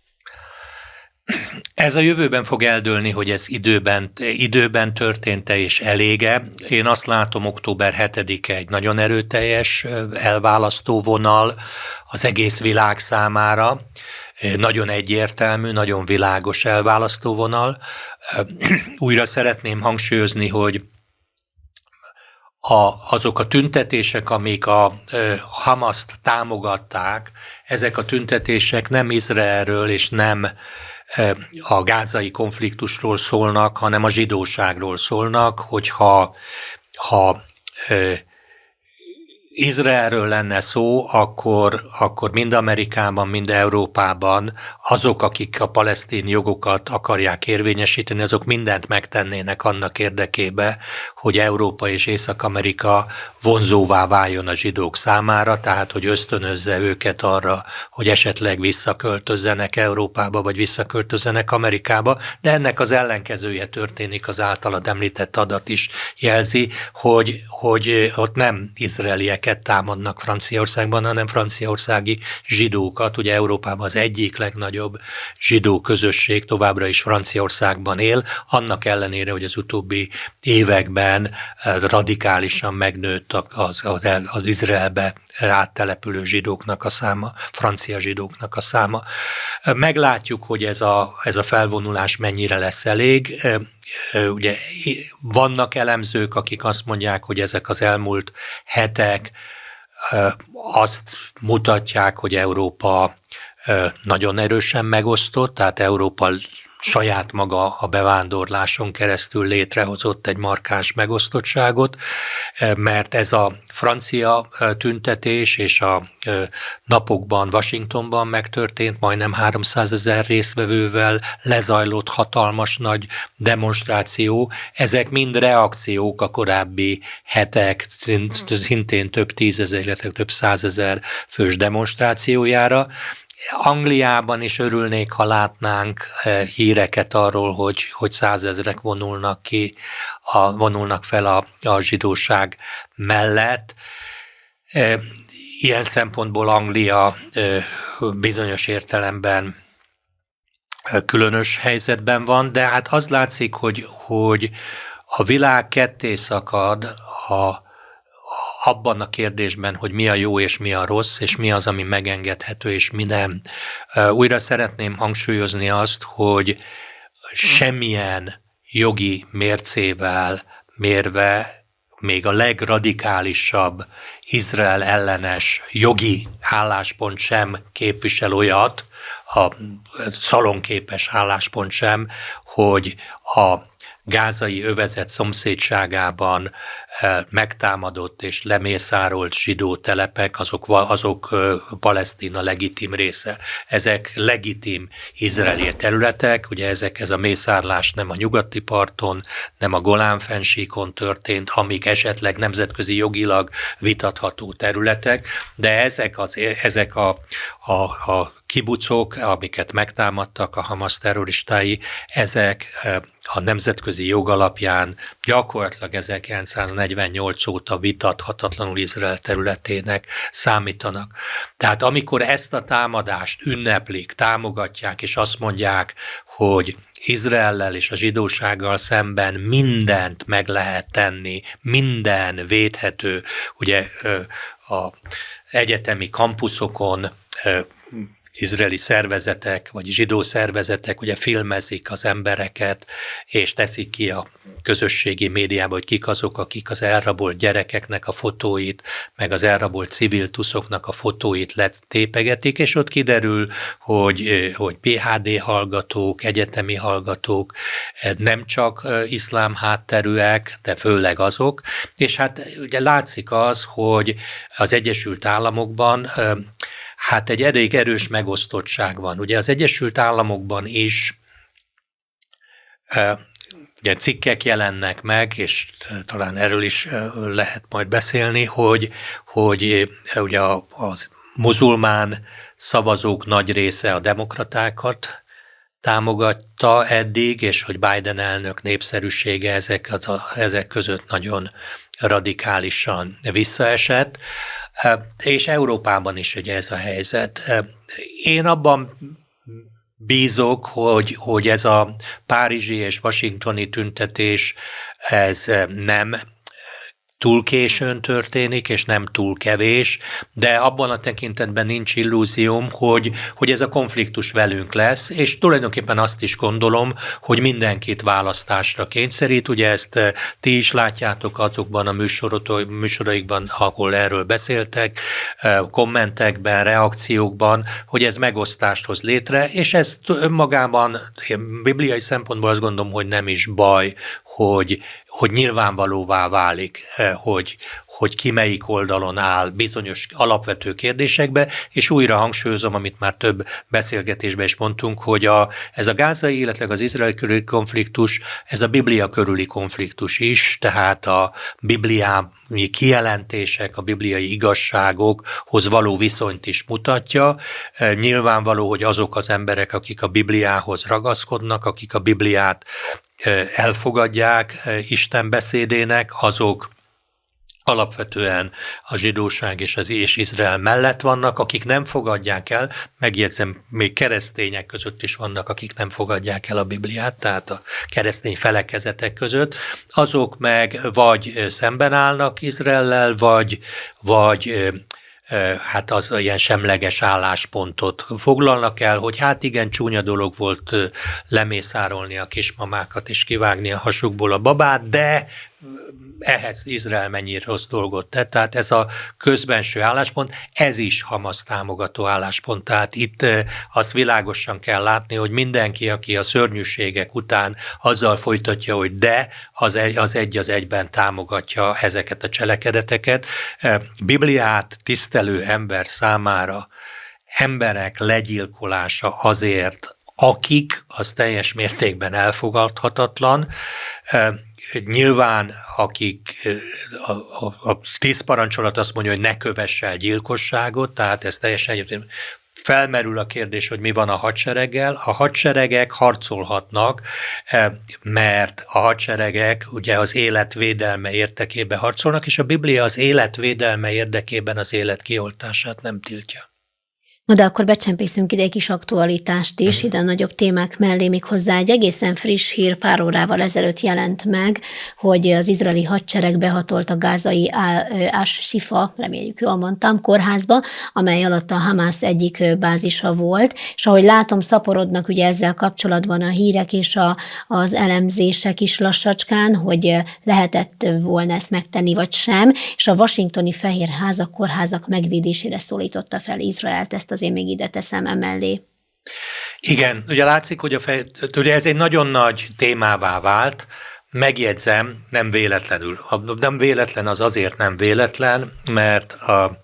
Speaker 2: Ez a jövőben fog eldőlni, hogy ez időben történt-e és elége. Én azt látom, október 7-e egy nagyon erőteljes elválasztó vonal az egész világ számára. nagyon egyértelmű, nagyon világos elválasztóvonal. Újra szeretném hangsúlyozni, hogy azok a tüntetések, amik a Hamaszt támogatták, ezek a tüntetések nem Izraelről és nem a gázai konfliktusról szólnak, hanem a zsidóságról szólnak, hogyha Izraelről lenne szó, akkor mind Amerikában, mind Európában azok, akik a palesztin jogokat akarják érvényesíteni, azok mindent megtennének annak érdekébe, hogy Európa és Észak-Amerika vonzóvá váljon a zsidók számára, tehát hogy ösztönözze őket arra, hogy esetleg visszaköltözzenek Európába, vagy visszaköltözzenek Amerikába, de ennek az ellenkezője történik, az általad említett adat is jelzi, hogy ott nem izraeliek támadnak Franciaországban, hanem franciaországi zsidókat. Ugye Európában az egyik legnagyobb zsidó közösség továbbra is Franciaországban él, annak ellenére, hogy az utóbbi években radikálisan megnőtt az Izraelbe áttelepülő zsidóknak a száma, francia zsidóknak a száma. Meglátjuk, hogy ez a felvonulás mennyire lesz elég. Ugye vannak elemzők, akik azt mondják, hogy ezek az elmúlt hetek azt mutatják, hogy Európa nagyon erősen megosztott, tehát Európa saját maga a bevándorláson keresztül létrehozott egy markáns megosztottságot, mert ez a francia tüntetés és a napokban Washingtonban megtörtént, majdnem 300 000 résztvevővel lezajlott hatalmas nagy demonstráció, ezek mind reakciók a korábbi hetek, szintén több 10 000, illetve több 100 000 fős demonstrációjára. Angliában is örülnék, ha látnánk híreket arról, hogy 100 000-ek vonulnak fel a zsidóság mellett. Ilyen szempontból Anglia bizonyos értelemben különös helyzetben van, de hát az látszik, hogy a világ ketté szakad abban a kérdésben, hogy mi a jó és mi a rossz, és mi az, ami megengedhető, és mi nem. Újra szeretném hangsúlyozni azt, hogy semmilyen jogi mércével mérve még a legradikálisabb Izrael ellenes jogi álláspont sem képvisel olyat, a szalonképes álláspont sem, hogy a gázai övezet szomszédságában megtámadott és lemészárolt zsidó telepek, azok Palesztina legitim része. Ezek legitim izraeli területek, ugye ez a mészárlás nem a nyugati parton, nem a Golán-fennsíkon történt, amik esetleg nemzetközi jogilag vitatható területek, de ezek a kibucok, amiket megtámadtak a Hamasz terroristái, ezek a nemzetközi jog alapján gyakorlatilag 1948 óta vitathatatlanul Izrael területének számítanak. Tehát amikor ezt a támadást ünneplik, támogatják, és azt mondják, hogy Izraellel és a zsidósággal szemben mindent meg lehet tenni, minden védhető, ugye a egyetemi kampuszokon izraeli szervezetek, vagy zsidó szervezetek ugye filmezik az embereket, és teszik ki a közösségi médiában, hogy kik azok, akik az elrabolt gyerekeknek a fotóit, meg az elrabolt civil tuszoknak a fotóit letépegetik, és ott kiderül, hogy PhD hallgatók, egyetemi hallgatók, nem csak iszlám hátterűek, de főleg azok, és hát ugye látszik az, hogy az Egyesült Államokban hát egy elég erős megosztottság van. Ugye az Egyesült Államokban is ugye cikkek jelennek meg, és talán erről is lehet majd beszélni, hogy ugye az muzulmán szavazók nagy része a demokratákat támogatta eddig, és hogy Biden elnök népszerűsége ezek között nagyon radikálisan visszaesett, és Európában is ugye ez a helyzet. Én abban bízok, hogy ez a párizsi és washingtoni tüntetés ez nem túl későn történik, és nem túl kevés, de abban a tekintetben nincs illúzióm, hogy ez a konfliktus velünk lesz, és tulajdonképpen azt is gondolom, hogy mindenkit választásra kényszerít. Ugye ezt ti is látjátok azokban a műsoraikban, ahol erről beszéltek, kommentekben, reakciókban, hogy ez megosztást hoz létre, és ez önmagában bibliai szempontból azt gondolom, hogy nem is baj, hogy nyilvánvalóvá válik, hogy ki melyik oldalon áll bizonyos alapvető kérdésekbe, és újra hangsúlyozom, amit már több beszélgetésben is mondtunk, hogy ez a gázai, illetve az izraeli körüli konfliktus, ez a Biblia körüli konfliktus is, tehát a bibliai kijelentések, a bibliai igazságokhoz való viszonyt is mutatja. Nyilvánvaló, hogy azok az emberek, akik a Bibliához ragaszkodnak, akik a Bibliát elfogadják Isten beszédének, azok alapvetően a zsidóság és Izrael mellett vannak, akik nem fogadják el, megjegyzem, még keresztények között is vannak, akik nem fogadják el a Bibliát, tehát a keresztény felekezetek között, azok meg vagy szemben állnak Izraellel, vagy hát az ilyen semleges álláspontot foglalnak el, hogy hát igen, csúnya dolog volt lemészárolni a kismamákat és kivágni a hasukból a babát, de ehhez Izrael mennyire rossz dolgot tett. Tehát ez a közbenső álláspont, ez is Hamasz támogató álláspont. Tehát itt azt világosan kell látni, hogy mindenki, aki a szörnyűségek után azzal folytatja, hogy de, az egy az egyben támogatja ezeket a cselekedeteket. Bibliát tisztelő ember számára emberek legyilkolása azért, akik, az teljes mértékben elfogadhatatlan. Nyilván, akik a 10 parancsolat azt mondja, hogy ne kövess el gyilkosságot, tehát ez teljesen egyébként felmerül a kérdés, hogy mi van a hadsereggel. A hadseregek harcolhatnak, mert a hadseregek ugye az élet védelme érdekében harcolnak, és a Biblia az élet védelme érdekében az élet kioltását nem tiltja.
Speaker 1: No, de akkor becsempészünk ide egy kis aktualitást is, ide a nagyobb témák mellé, még hozzá egy egészen friss hír pár órával ezelőtt jelent meg, hogy az izraeli hadsereg behatolt a gázai As-Sifa, reméljük jól mondtam, kórházba, amely alatt a Hamász egyik bázisa volt, és ahogy látom, szaporodnak ugye ezzel kapcsolatban a hírek és az elemzések is lassacskán, hogy lehetett volna ezt megtenni, vagy sem, és a washingtoni Fehérház a kórházak megvédésére szólította fel Izraelt, ezt azért még ide teszem emellé.
Speaker 2: Igen, ugye látszik, hogy ugye ez egy nagyon nagy témává vált, megjegyzem, nem véletlenül. Nem véletlen az azért nem véletlen, mert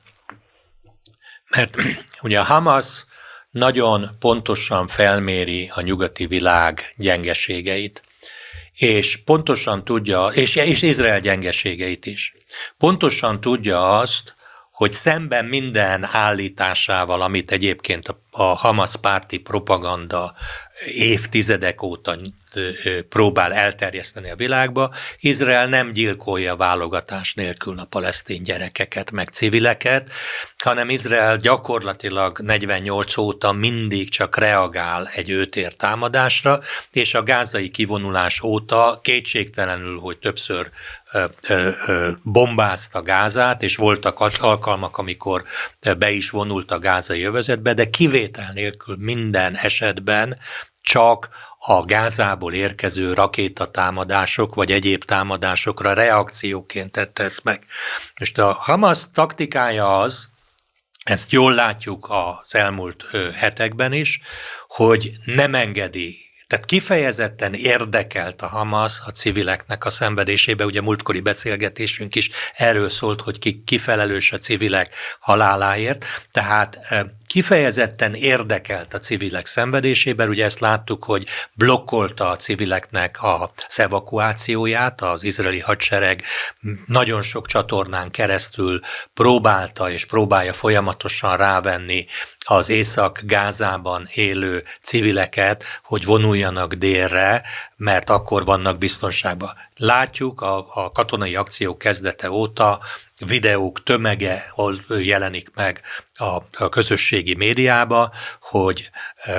Speaker 2: ugye a Hamasz nagyon pontosan felméri a nyugati világ gyengeségeit, és pontosan tudja, és Izrael gyengeségeit is. Pontosan tudja azt, hogy szemben minden állításával, amit egyébként a Hamasz párti propaganda évtizedek óta próbál elterjeszteni a világba, Izrael nem gyilkolja válogatás nélkül a palesztin gyerekeket, meg civileket, hanem Izrael gyakorlatilag 48 óta mindig csak reagál egy őtér támadásra, és a gázai kivonulás óta kétségtelenül, hogy többször bombázta Gázát, és voltak alkalmak, amikor be is vonult a gázai övezetbe, de kivétel nélkül minden esetben csak a Gázából érkező rakétatámadások vagy egyéb támadásokra reakcióként tette ezt meg. Most a Hamasz taktikája az, ezt jól látjuk az elmúlt hetekben is, hogy nem engedi, tehát kifejezetten érdekelt a Hamasz a civileknek a szenvedésébe, ugye múltkori beszélgetésünk is erről szólt, hogy ki felelős a civilek haláláért, tehát kifejezetten érdekelt a civilek szenvedésében, ugye ezt láttuk, hogy blokkolta a civileknek az evakuációját, az izraeli hadsereg nagyon sok csatornán keresztül próbálta és próbálja folyamatosan rávenni az Észak-Gázában élő civileket, hogy vonuljanak délre, mert akkor vannak biztonságban. Látjuk a katonai akció kezdete óta videók tömege jelenik meg a közösségi médiába, hogy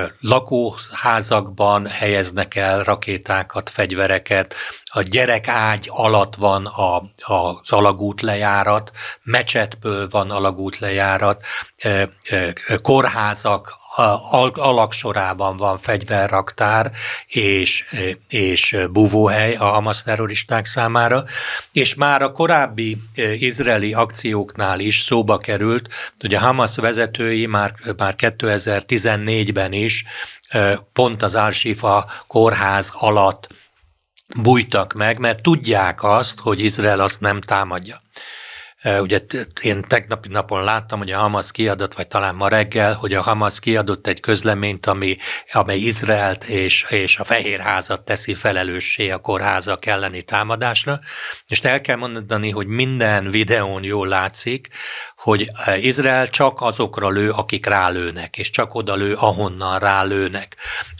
Speaker 2: lakóházakban helyeznek el rakétákat, fegyvereket, a gyerekágy alatt van az alagútlejárat, mecsetből van alagútlejárat, kórházak alagsorában van fegyverraktár és búvóhely a Hamas terroristák számára, és már a korábbi izraeli akcióknál is szóba került, hogy a Hamas vezetői már 2014-ben is pont az Al-Shifa kórház alatt bújtak meg, mert tudják azt, hogy Izrael azt nem támadja. Ugye én tegnapi napon láttam, hogy a Hamas kiadott, vagy talán ma reggel, hogy a Hamas kiadott egy közleményt, amely Izraelt és a Fehérházat teszi felelőssé a kórházak elleni támadásra. És el kell mondani, hogy minden videón jól látszik, hogy Izrael csak azokra lő, akik rálőnek, és csak oda lő, ahonnan rálőnek,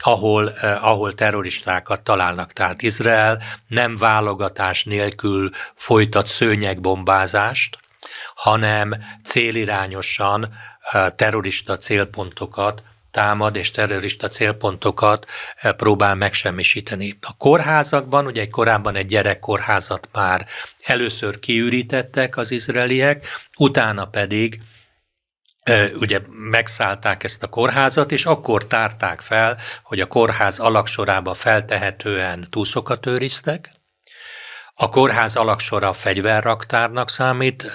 Speaker 2: ahol terroristákat találnak. Tehát Izrael nem válogatás nélkül folytat szőnyegbombázást, hanem célirányosan terrorista célpontokat támad, és terrorista célpontokat próbál megsemmisíteni. A kórházakban, ugye korábban egy gyerekkórházat már először kiürítettek az izraeliek, utána pedig ugye megszállták ezt a kórházat, és akkor tárták fel, hogy a kórház alagsorába feltehetően túszokat őriztek. A kórház alagsora fegyverraktárnak számít,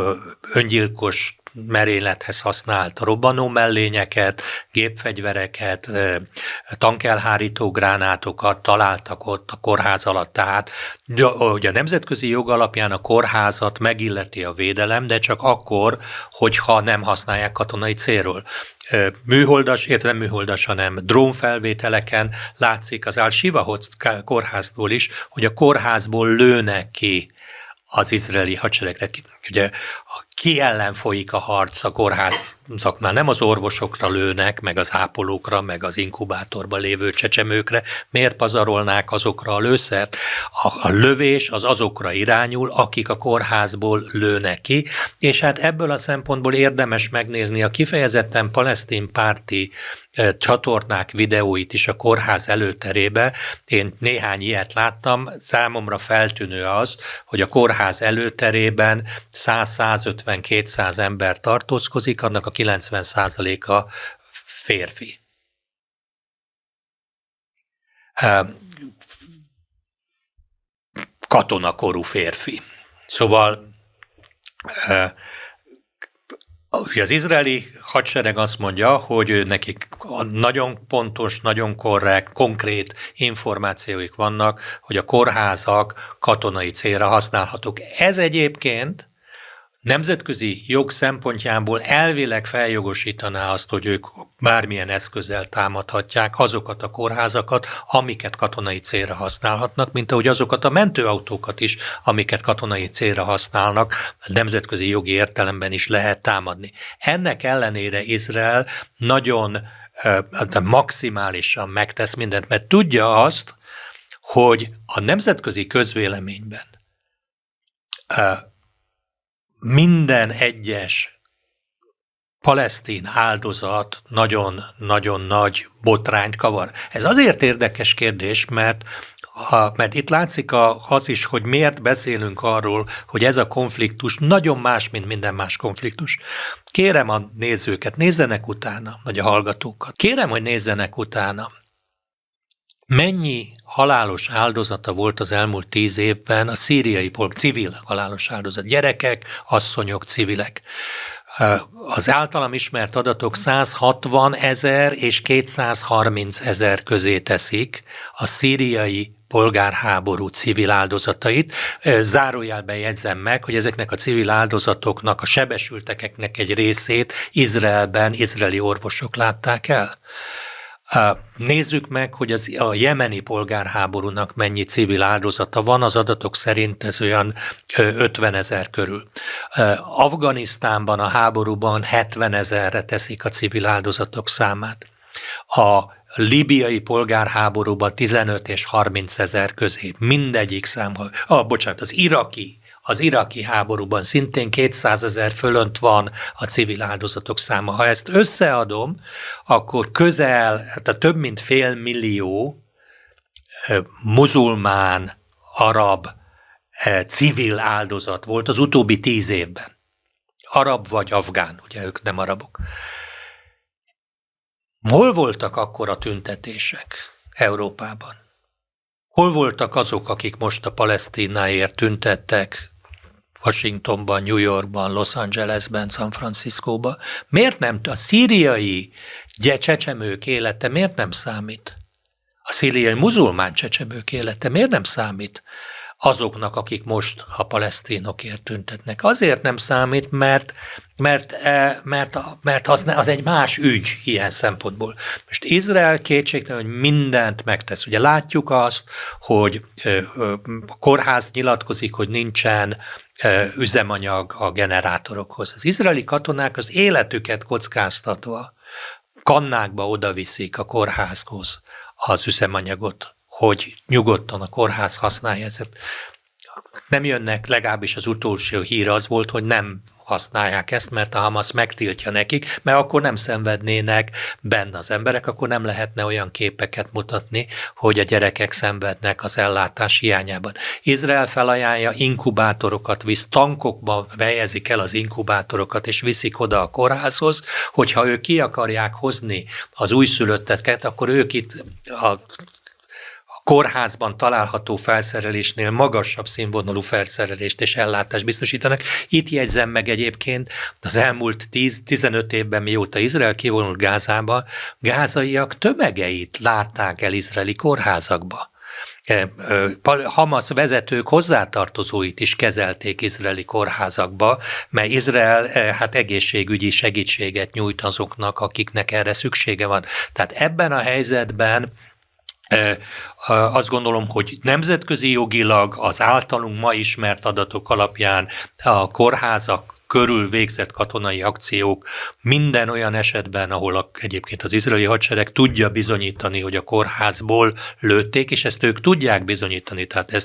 Speaker 2: öngyilkos merénylethez használt robbanó mellényeket, gépfegyvereket, tankelhárító gránátokat találtak ott a kórház alatt. Tehát hogy a nemzetközi jog alapján a kórházat megilleti a védelem, de csak akkor, hogyha nem használják katonai célról. Műholdas, értem műholdas, hanem drónfelvételeken látszik az Al-Shifa kórháztól is, hogy a kórházból lőnek ki az izraeli hadseregre. Ugye ki ellen folyik a harc a kórházaknál? Nem az orvosokra lőnek, meg az ápolókra, meg az inkubátorban lévő csecsemőkre. Miért pazarolnák azokra a lőszert? A lövés az azokra irányul, akik a kórházból lőnek ki, és hát ebből a szempontból érdemes megnézni a kifejezetten palesztin párti csatornák videóit is a kórház előterébe. Én néhány ilyet láttam, számomra feltűnő az, hogy a kórház előterében 100-150-200 ember tartózkodik, annak a 90%-a férfi. Katonakorú férfi. Szóval az izraeli hadsereg azt mondja, hogy nekik nagyon pontos, nagyon korrekt, konkrét információik vannak, hogy a kórházak katonai célra használhatók. Ez egyébként nemzetközi jog szempontjából elvileg feljogosítaná azt, hogy ők bármilyen eszközzel támadhatják azokat a kórházakat, amiket katonai célra használhatnak, mint ahogy azokat a mentőautókat is, amiket katonai célra használnak, nemzetközi jogi értelemben is lehet támadni. Ennek ellenére Izrael nagyon maximálisan megtesz mindent, mert tudja azt, hogy a nemzetközi közvéleményben minden egyes palesztin áldozat nagyon-nagyon nagy botrányt kavar. Ez azért érdekes kérdés, mert itt látszik az is, hogy miért beszélünk arról, hogy ez a konfliktus nagyon más, mint minden más konfliktus. Kérem a nézőket, nézzenek utána, vagy a hallgatókat. Kérem, hogy nézzenek utána. Mennyi halálos áldozata volt az elmúlt 10 évben a szíriai civil halálos áldozat? Gyerekek, asszonyok, civilek. Az általam ismert adatok 160 000 és 230 000 közé teszik a szíriai polgárháború civil áldozatait. Zárójelben jegyzem meg, hogy ezeknek a civil áldozatoknak, a sebesülteknek egy részét Izraelben izraeli orvosok látták el. Nézzük meg, hogy a jemeni polgárháborúnak mennyi civil áldozata van, az adatok szerint ez olyan 50 000 körül. Afganisztánban a háborúban 70 000-re teszik a civil áldozatok számát. A líbiai polgárháborúban 15 és 30 000 közé, mindegyik szám, az iraki, Az iraki háborúban szintén 200 000 fölött van a civil áldozatok száma. Ha ezt összeadom, akkor tehát több mint 500 000 muzulmán, arab, civil áldozat volt az utóbbi 10 évben. Arab vagy afgán, ugye ők nem arabok. Hol voltak akkor a tüntetések Európában? Hol voltak azok, akik most a Palesztináért tüntettek Washingtonban, New Yorkban, Los Angelesben, San Franciscóban? Miért nem? A szíriai csecsemők élete miért nem számít? A szíriai muzulmán csecsemők élete miért nem számít azoknak, akik most a palesztinokért tüntetnek? Azért nem számít, mert az egy más ügy ilyen szempontból. Most Izrael kétségtelen, hogy mindent megtesz. Ugye látjuk azt, hogy a kórház nyilatkozik, hogy nincsen üzemanyag a generátorokhoz. Az izraeli katonák az életüket kockáztatva kannákba odaviszik a kórházhoz az üzemanyagot, hogy nyugodtan a kórház használja ezt. Nem jönnek, legalábbis az utolsó hír az volt, hogy nem használják ezt, mert a Hamas megtiltja nekik, mert akkor nem szenvednének benne az emberek, akkor nem lehetne olyan képeket mutatni, hogy a gyerekek szenvednek az ellátás hiányában. Izrael felajánlja, inkubátorokat visz, tankokba helyezik el az inkubátorokat, és viszik oda a kórházhoz, hogyha ők ki akarják hozni az újszülötteket, akkor ők itt a kórházban található felszerelésnél magasabb színvonalú felszerelést és ellátást biztosítanak. Itt jegyzem meg egyébként az elmúlt 10-15 évben, mióta Izrael kivonult Gázába, gázaiak tömegeit látták el izraeli kórházakba. Hamas vezetők hozzátartozóit is kezelték izraeli kórházakba, mert Izrael egészségügyi segítséget nyújt azoknak, akiknek erre szüksége van. Tehát ebben a helyzetben azt gondolom, hogy nemzetközi jogilag az általunk ma ismert adatok alapján a kórházak körül végzett katonai akciók minden olyan esetben, ahol egyébként az izraeli hadsereg tudja bizonyítani, hogy a kórházból lőtték, és ezt ők tudják bizonyítani. Tehát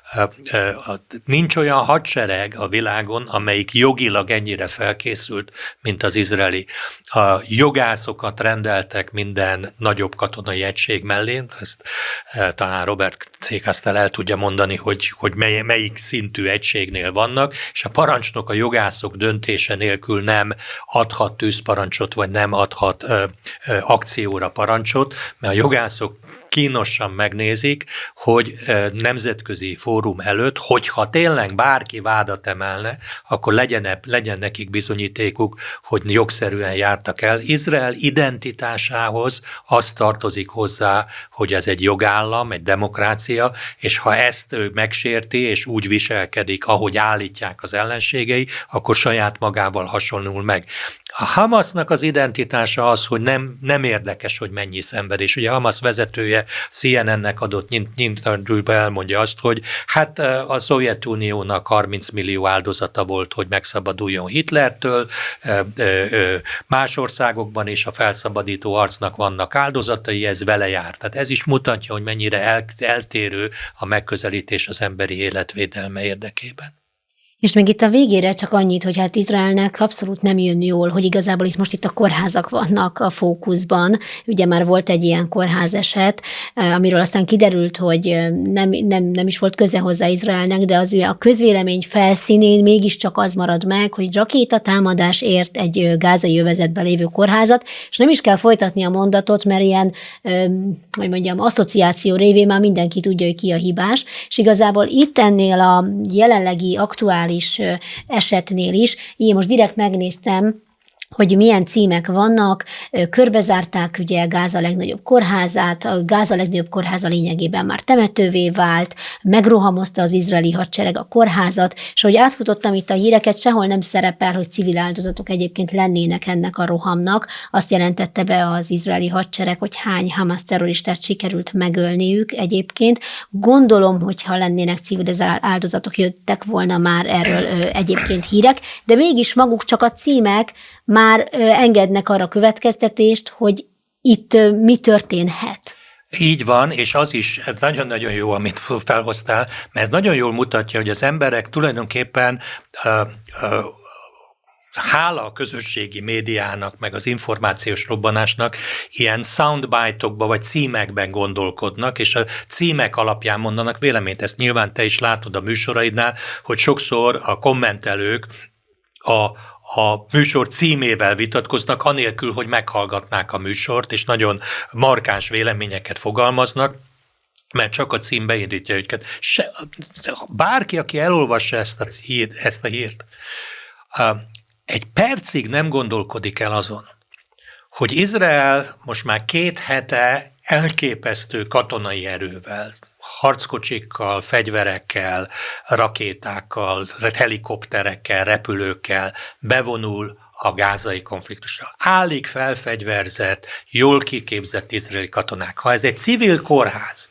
Speaker 2: nincs olyan hadsereg a világon, amelyik jogilag ennyire felkészült, mint az izraeli. A jogászokat rendeltek minden nagyobb katonai egység mellé, ezt talán Robert Cékasztal el tudja mondani, hogy melyik szintű egységnél vannak, és a parancsnok, a jogászok döntése nélkül nem adhat tűzparancsot, vagy nem adhat akcióra parancsot, mert a jogászok kínosan megnézik, hogy nemzetközi fórum előtt, hogyha tényleg bárki vádat emelne, akkor legyen nekik bizonyítékuk, hogy jogszerűen jártak el. Izrael identitásához az tartozik hozzá, hogy ez egy jogállam, egy demokrácia, és ha ezt ő megsérti, és úgy viselkedik, ahogy állítják az ellenségei, akkor saját magával hasonlul meg. A Hamasnak az identitása az, hogy nem érdekes, hogy mennyi szenvedés. Ugye a Hamas vezetője CNN-nek adott interjúba elmondja azt, hogy hát a Szovjetuniónak 30 millió áldozata volt, hogy megszabaduljon Hitlertől, más országokban is a felszabadító harcnak vannak áldozatai, ez vele jár. Tehát ez is mutatja, hogy mennyire eltérő a megközelítés az emberi életvédelme érdekében.
Speaker 1: És még itt a végére csak annyit, hogy hát Izraelnek abszolút nem jön jól, hogy igazából itt a kórházak vannak a fókuszban. Ugye már volt egy ilyen kórházeset, amiről aztán kiderült, hogy nem is volt köze hozzá Izraelnek, de az a közvélemény felszínén mégiscsak az marad meg, hogy rakétatámadás ért egy gázai övezetben lévő kórházat, és nem is kell folytatni a mondatot, mert ilyen, hogy mondjam, asszociáció révén már mindenki tudja, hogy ki a hibás, és igazából itt ennél a jelenlegi aktuális esetnél is, én most direkt megnéztem, hogy milyen címek vannak, körbezárták ugye Gáza legnagyobb kórházát, a Gáza legnagyobb kórháza lényegében már temetővé vált, megrohamozta az izraeli hadsereg a kórházat, és ahogy átfutottam itt a híreket, sehol nem szerepel, hogy civil áldozatok egyébként lennének ennek a rohamnak. Azt jelentette be az izraeli hadsereg, hogy hány Hamas terroristát sikerült megölniük egyébként. Gondolom, hogyha lennének civil áldozatok, jöttek volna már erről egyébként hírek, de mégis maguk csak a címek már engednek arra következtetést, hogy itt mi történhet.
Speaker 2: Így van, és az is ez nagyon-nagyon jó, amit felhoztál, mert ez nagyon jól mutatja, hogy az emberek tulajdonképpen hála a közösségi médiának, meg az információs robbanásnak ilyen soundbite-okba vagy címekben gondolkodnak, és a címek alapján mondanak véleményt. Ezt nyilván te is látod a műsoraidnál, hogy sokszor a kommentelők a műsor címével vitatkoznak, anélkül, hogy meghallgatnák a műsort, és nagyon markáns véleményeket fogalmaznak, mert csak a cím beindítja őket. Bárki, aki elolvassa ezt a hírt, egy percig nem gondolkodik el azon, hogy Izrael most már 2 hete elképesztő katonai erővel, harckocsikkal, fegyverekkel, rakétákkal, helikopterekkel, repülőkkel bevonul a gázai konfliktusra. Állig felfegyverzett, jól kiképzett izraeli katonák. Ha ez egy civil kórház,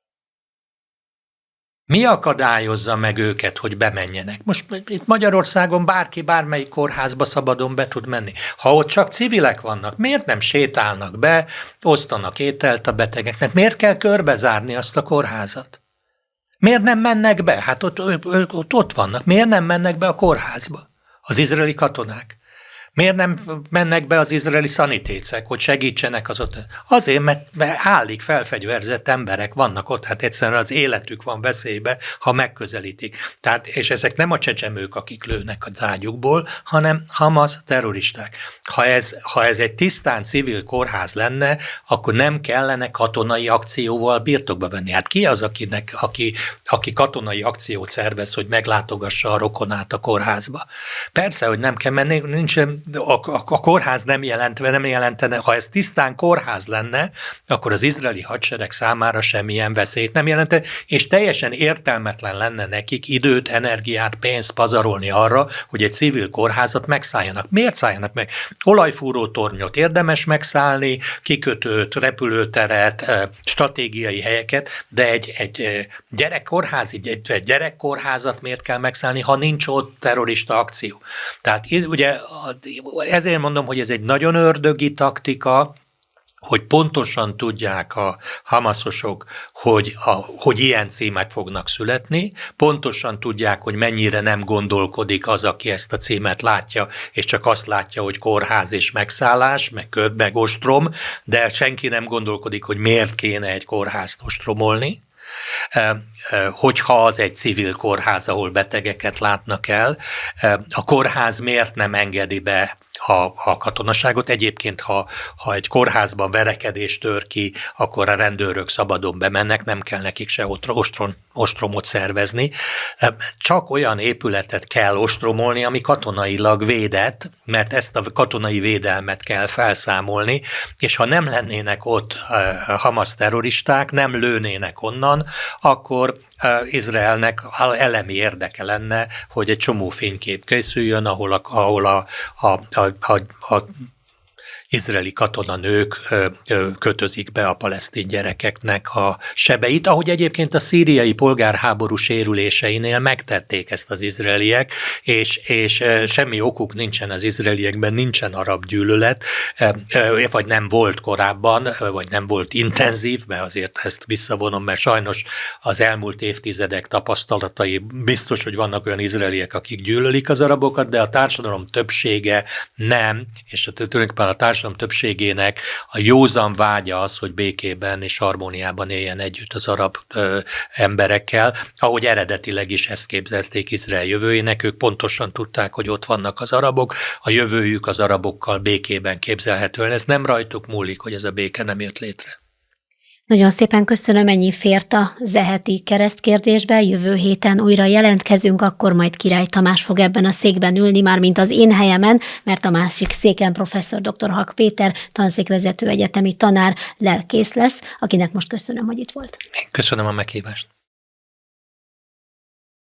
Speaker 2: mi akadályozza meg őket, hogy bemenjenek? Most itt Magyarországon bárki bármelyik kórházba szabadon be tud menni. Ha ott csak civilek vannak, miért nem sétálnak be, osztanak ételt a betegeknek? Miért kell körbezárni azt a kórházat? Miért nem mennek be? Hát ott vannak. Miért nem mennek be a kórházba az izraeli katonák? Miért nem mennek be az izraeli szanitécek, hogy segítsenek az ott? Azért, mert állig felfegyverzett emberek vannak ott, hát egyszerűen az életük van veszélybe, ha megközelítik. Tehát, és ezek nem a csecsemők, akik lőnek az ágyukból, hanem Hamas terroristák. Ha ez egy tisztán civil kórház lenne, akkor nem kellene katonai akcióval birtokba venni. Hát ki az, aki katonai akciót szervez, hogy meglátogassa a rokonát a kórházba? Persze, hogy nem kell menni, nincsen. A kórház nem jelentene, ha ez tisztán kórház lenne, akkor az izraeli hadsereg számára semmilyen veszélyt nem jelentene, és teljesen értelmetlen lenne nekik időt, energiát, pénzt pazarolni arra, hogy egy civil kórházat megszálljanak. Miért szálljanak meg? Olajfúró tornyot érdemes megszállni, kikötőt, repülőteret, stratégiai helyeket, de egy gyerekkórházat miért kell megszállni, ha nincs ott terrorista akció? Tehát ugye ezért mondom, hogy ez egy nagyon ördögi taktika, hogy pontosan tudják a hamaszosok, hogy ilyen címek fognak születni, pontosan tudják, hogy mennyire nem gondolkodik az, aki ezt a címet látja, és csak azt látja, hogy kórház és megszállás, meg ostrom, de senki nem gondolkodik, hogy miért kéne egy kórházt ostromolni, hogyha az egy civil kórház, ahol betegeket látnak el, a kórház miért nem engedi be a katonaságot? Egyébként, ha egy kórházban verekedés tör ki, akkor a rendőrök szabadon bemennek, nem kell nekik se ostromot szervezni. Csak olyan épületet kell ostromolni, ami katonailag védett, mert ezt a katonai védelmet kell felszámolni, és ha nem lennének ott Hamas terroristák, nem lőnének onnan, akkor Izraelnek elemi érdeke lenne, hogy egy csomó fénykép készüljön, ahol a izraeli katonanők kötözik be a palesztin gyerekeknek a sebeit, ahogy egyébként a szíriai polgárháború sérüléseinél megtették ezt az izraeliek, és semmi okuk nincsen az izraeliekben, nincsen arab gyűlölet, vagy nem volt korábban, vagy nem volt intenzív, mert azért ezt visszavonom, mert sajnos az elmúlt évtizedek tapasztalatai biztos, hogy vannak olyan izraeliek, akik gyűlölik az arabokat, de a társadalom többsége nem, és tulajdonképpen a társadalom többségének a józan vágya az, hogy békében és harmóniában éljen együtt az arab emberekkel, ahogy eredetileg is ezt képzelték Izrael jövőjének, ők pontosan tudták, hogy ott vannak az arabok, a jövőjük az arabokkal békében képzelhető. Ez nem rajtuk múlik, hogy ez a béke nem jött létre.
Speaker 1: Nagyon szépen köszönöm, ennyi fért a zeheti keresztkérdésbe. Jövő héten újra jelentkezünk, akkor majd Király Tamás fog ebben a székben ülni, már mint az én helyemen, mert a másik széken professzor dr. Hak Péter, tanszékvezető egyetemi tanár, lelkész lesz, akinek most köszönöm, hogy itt volt.
Speaker 2: Én köszönöm a meghívást.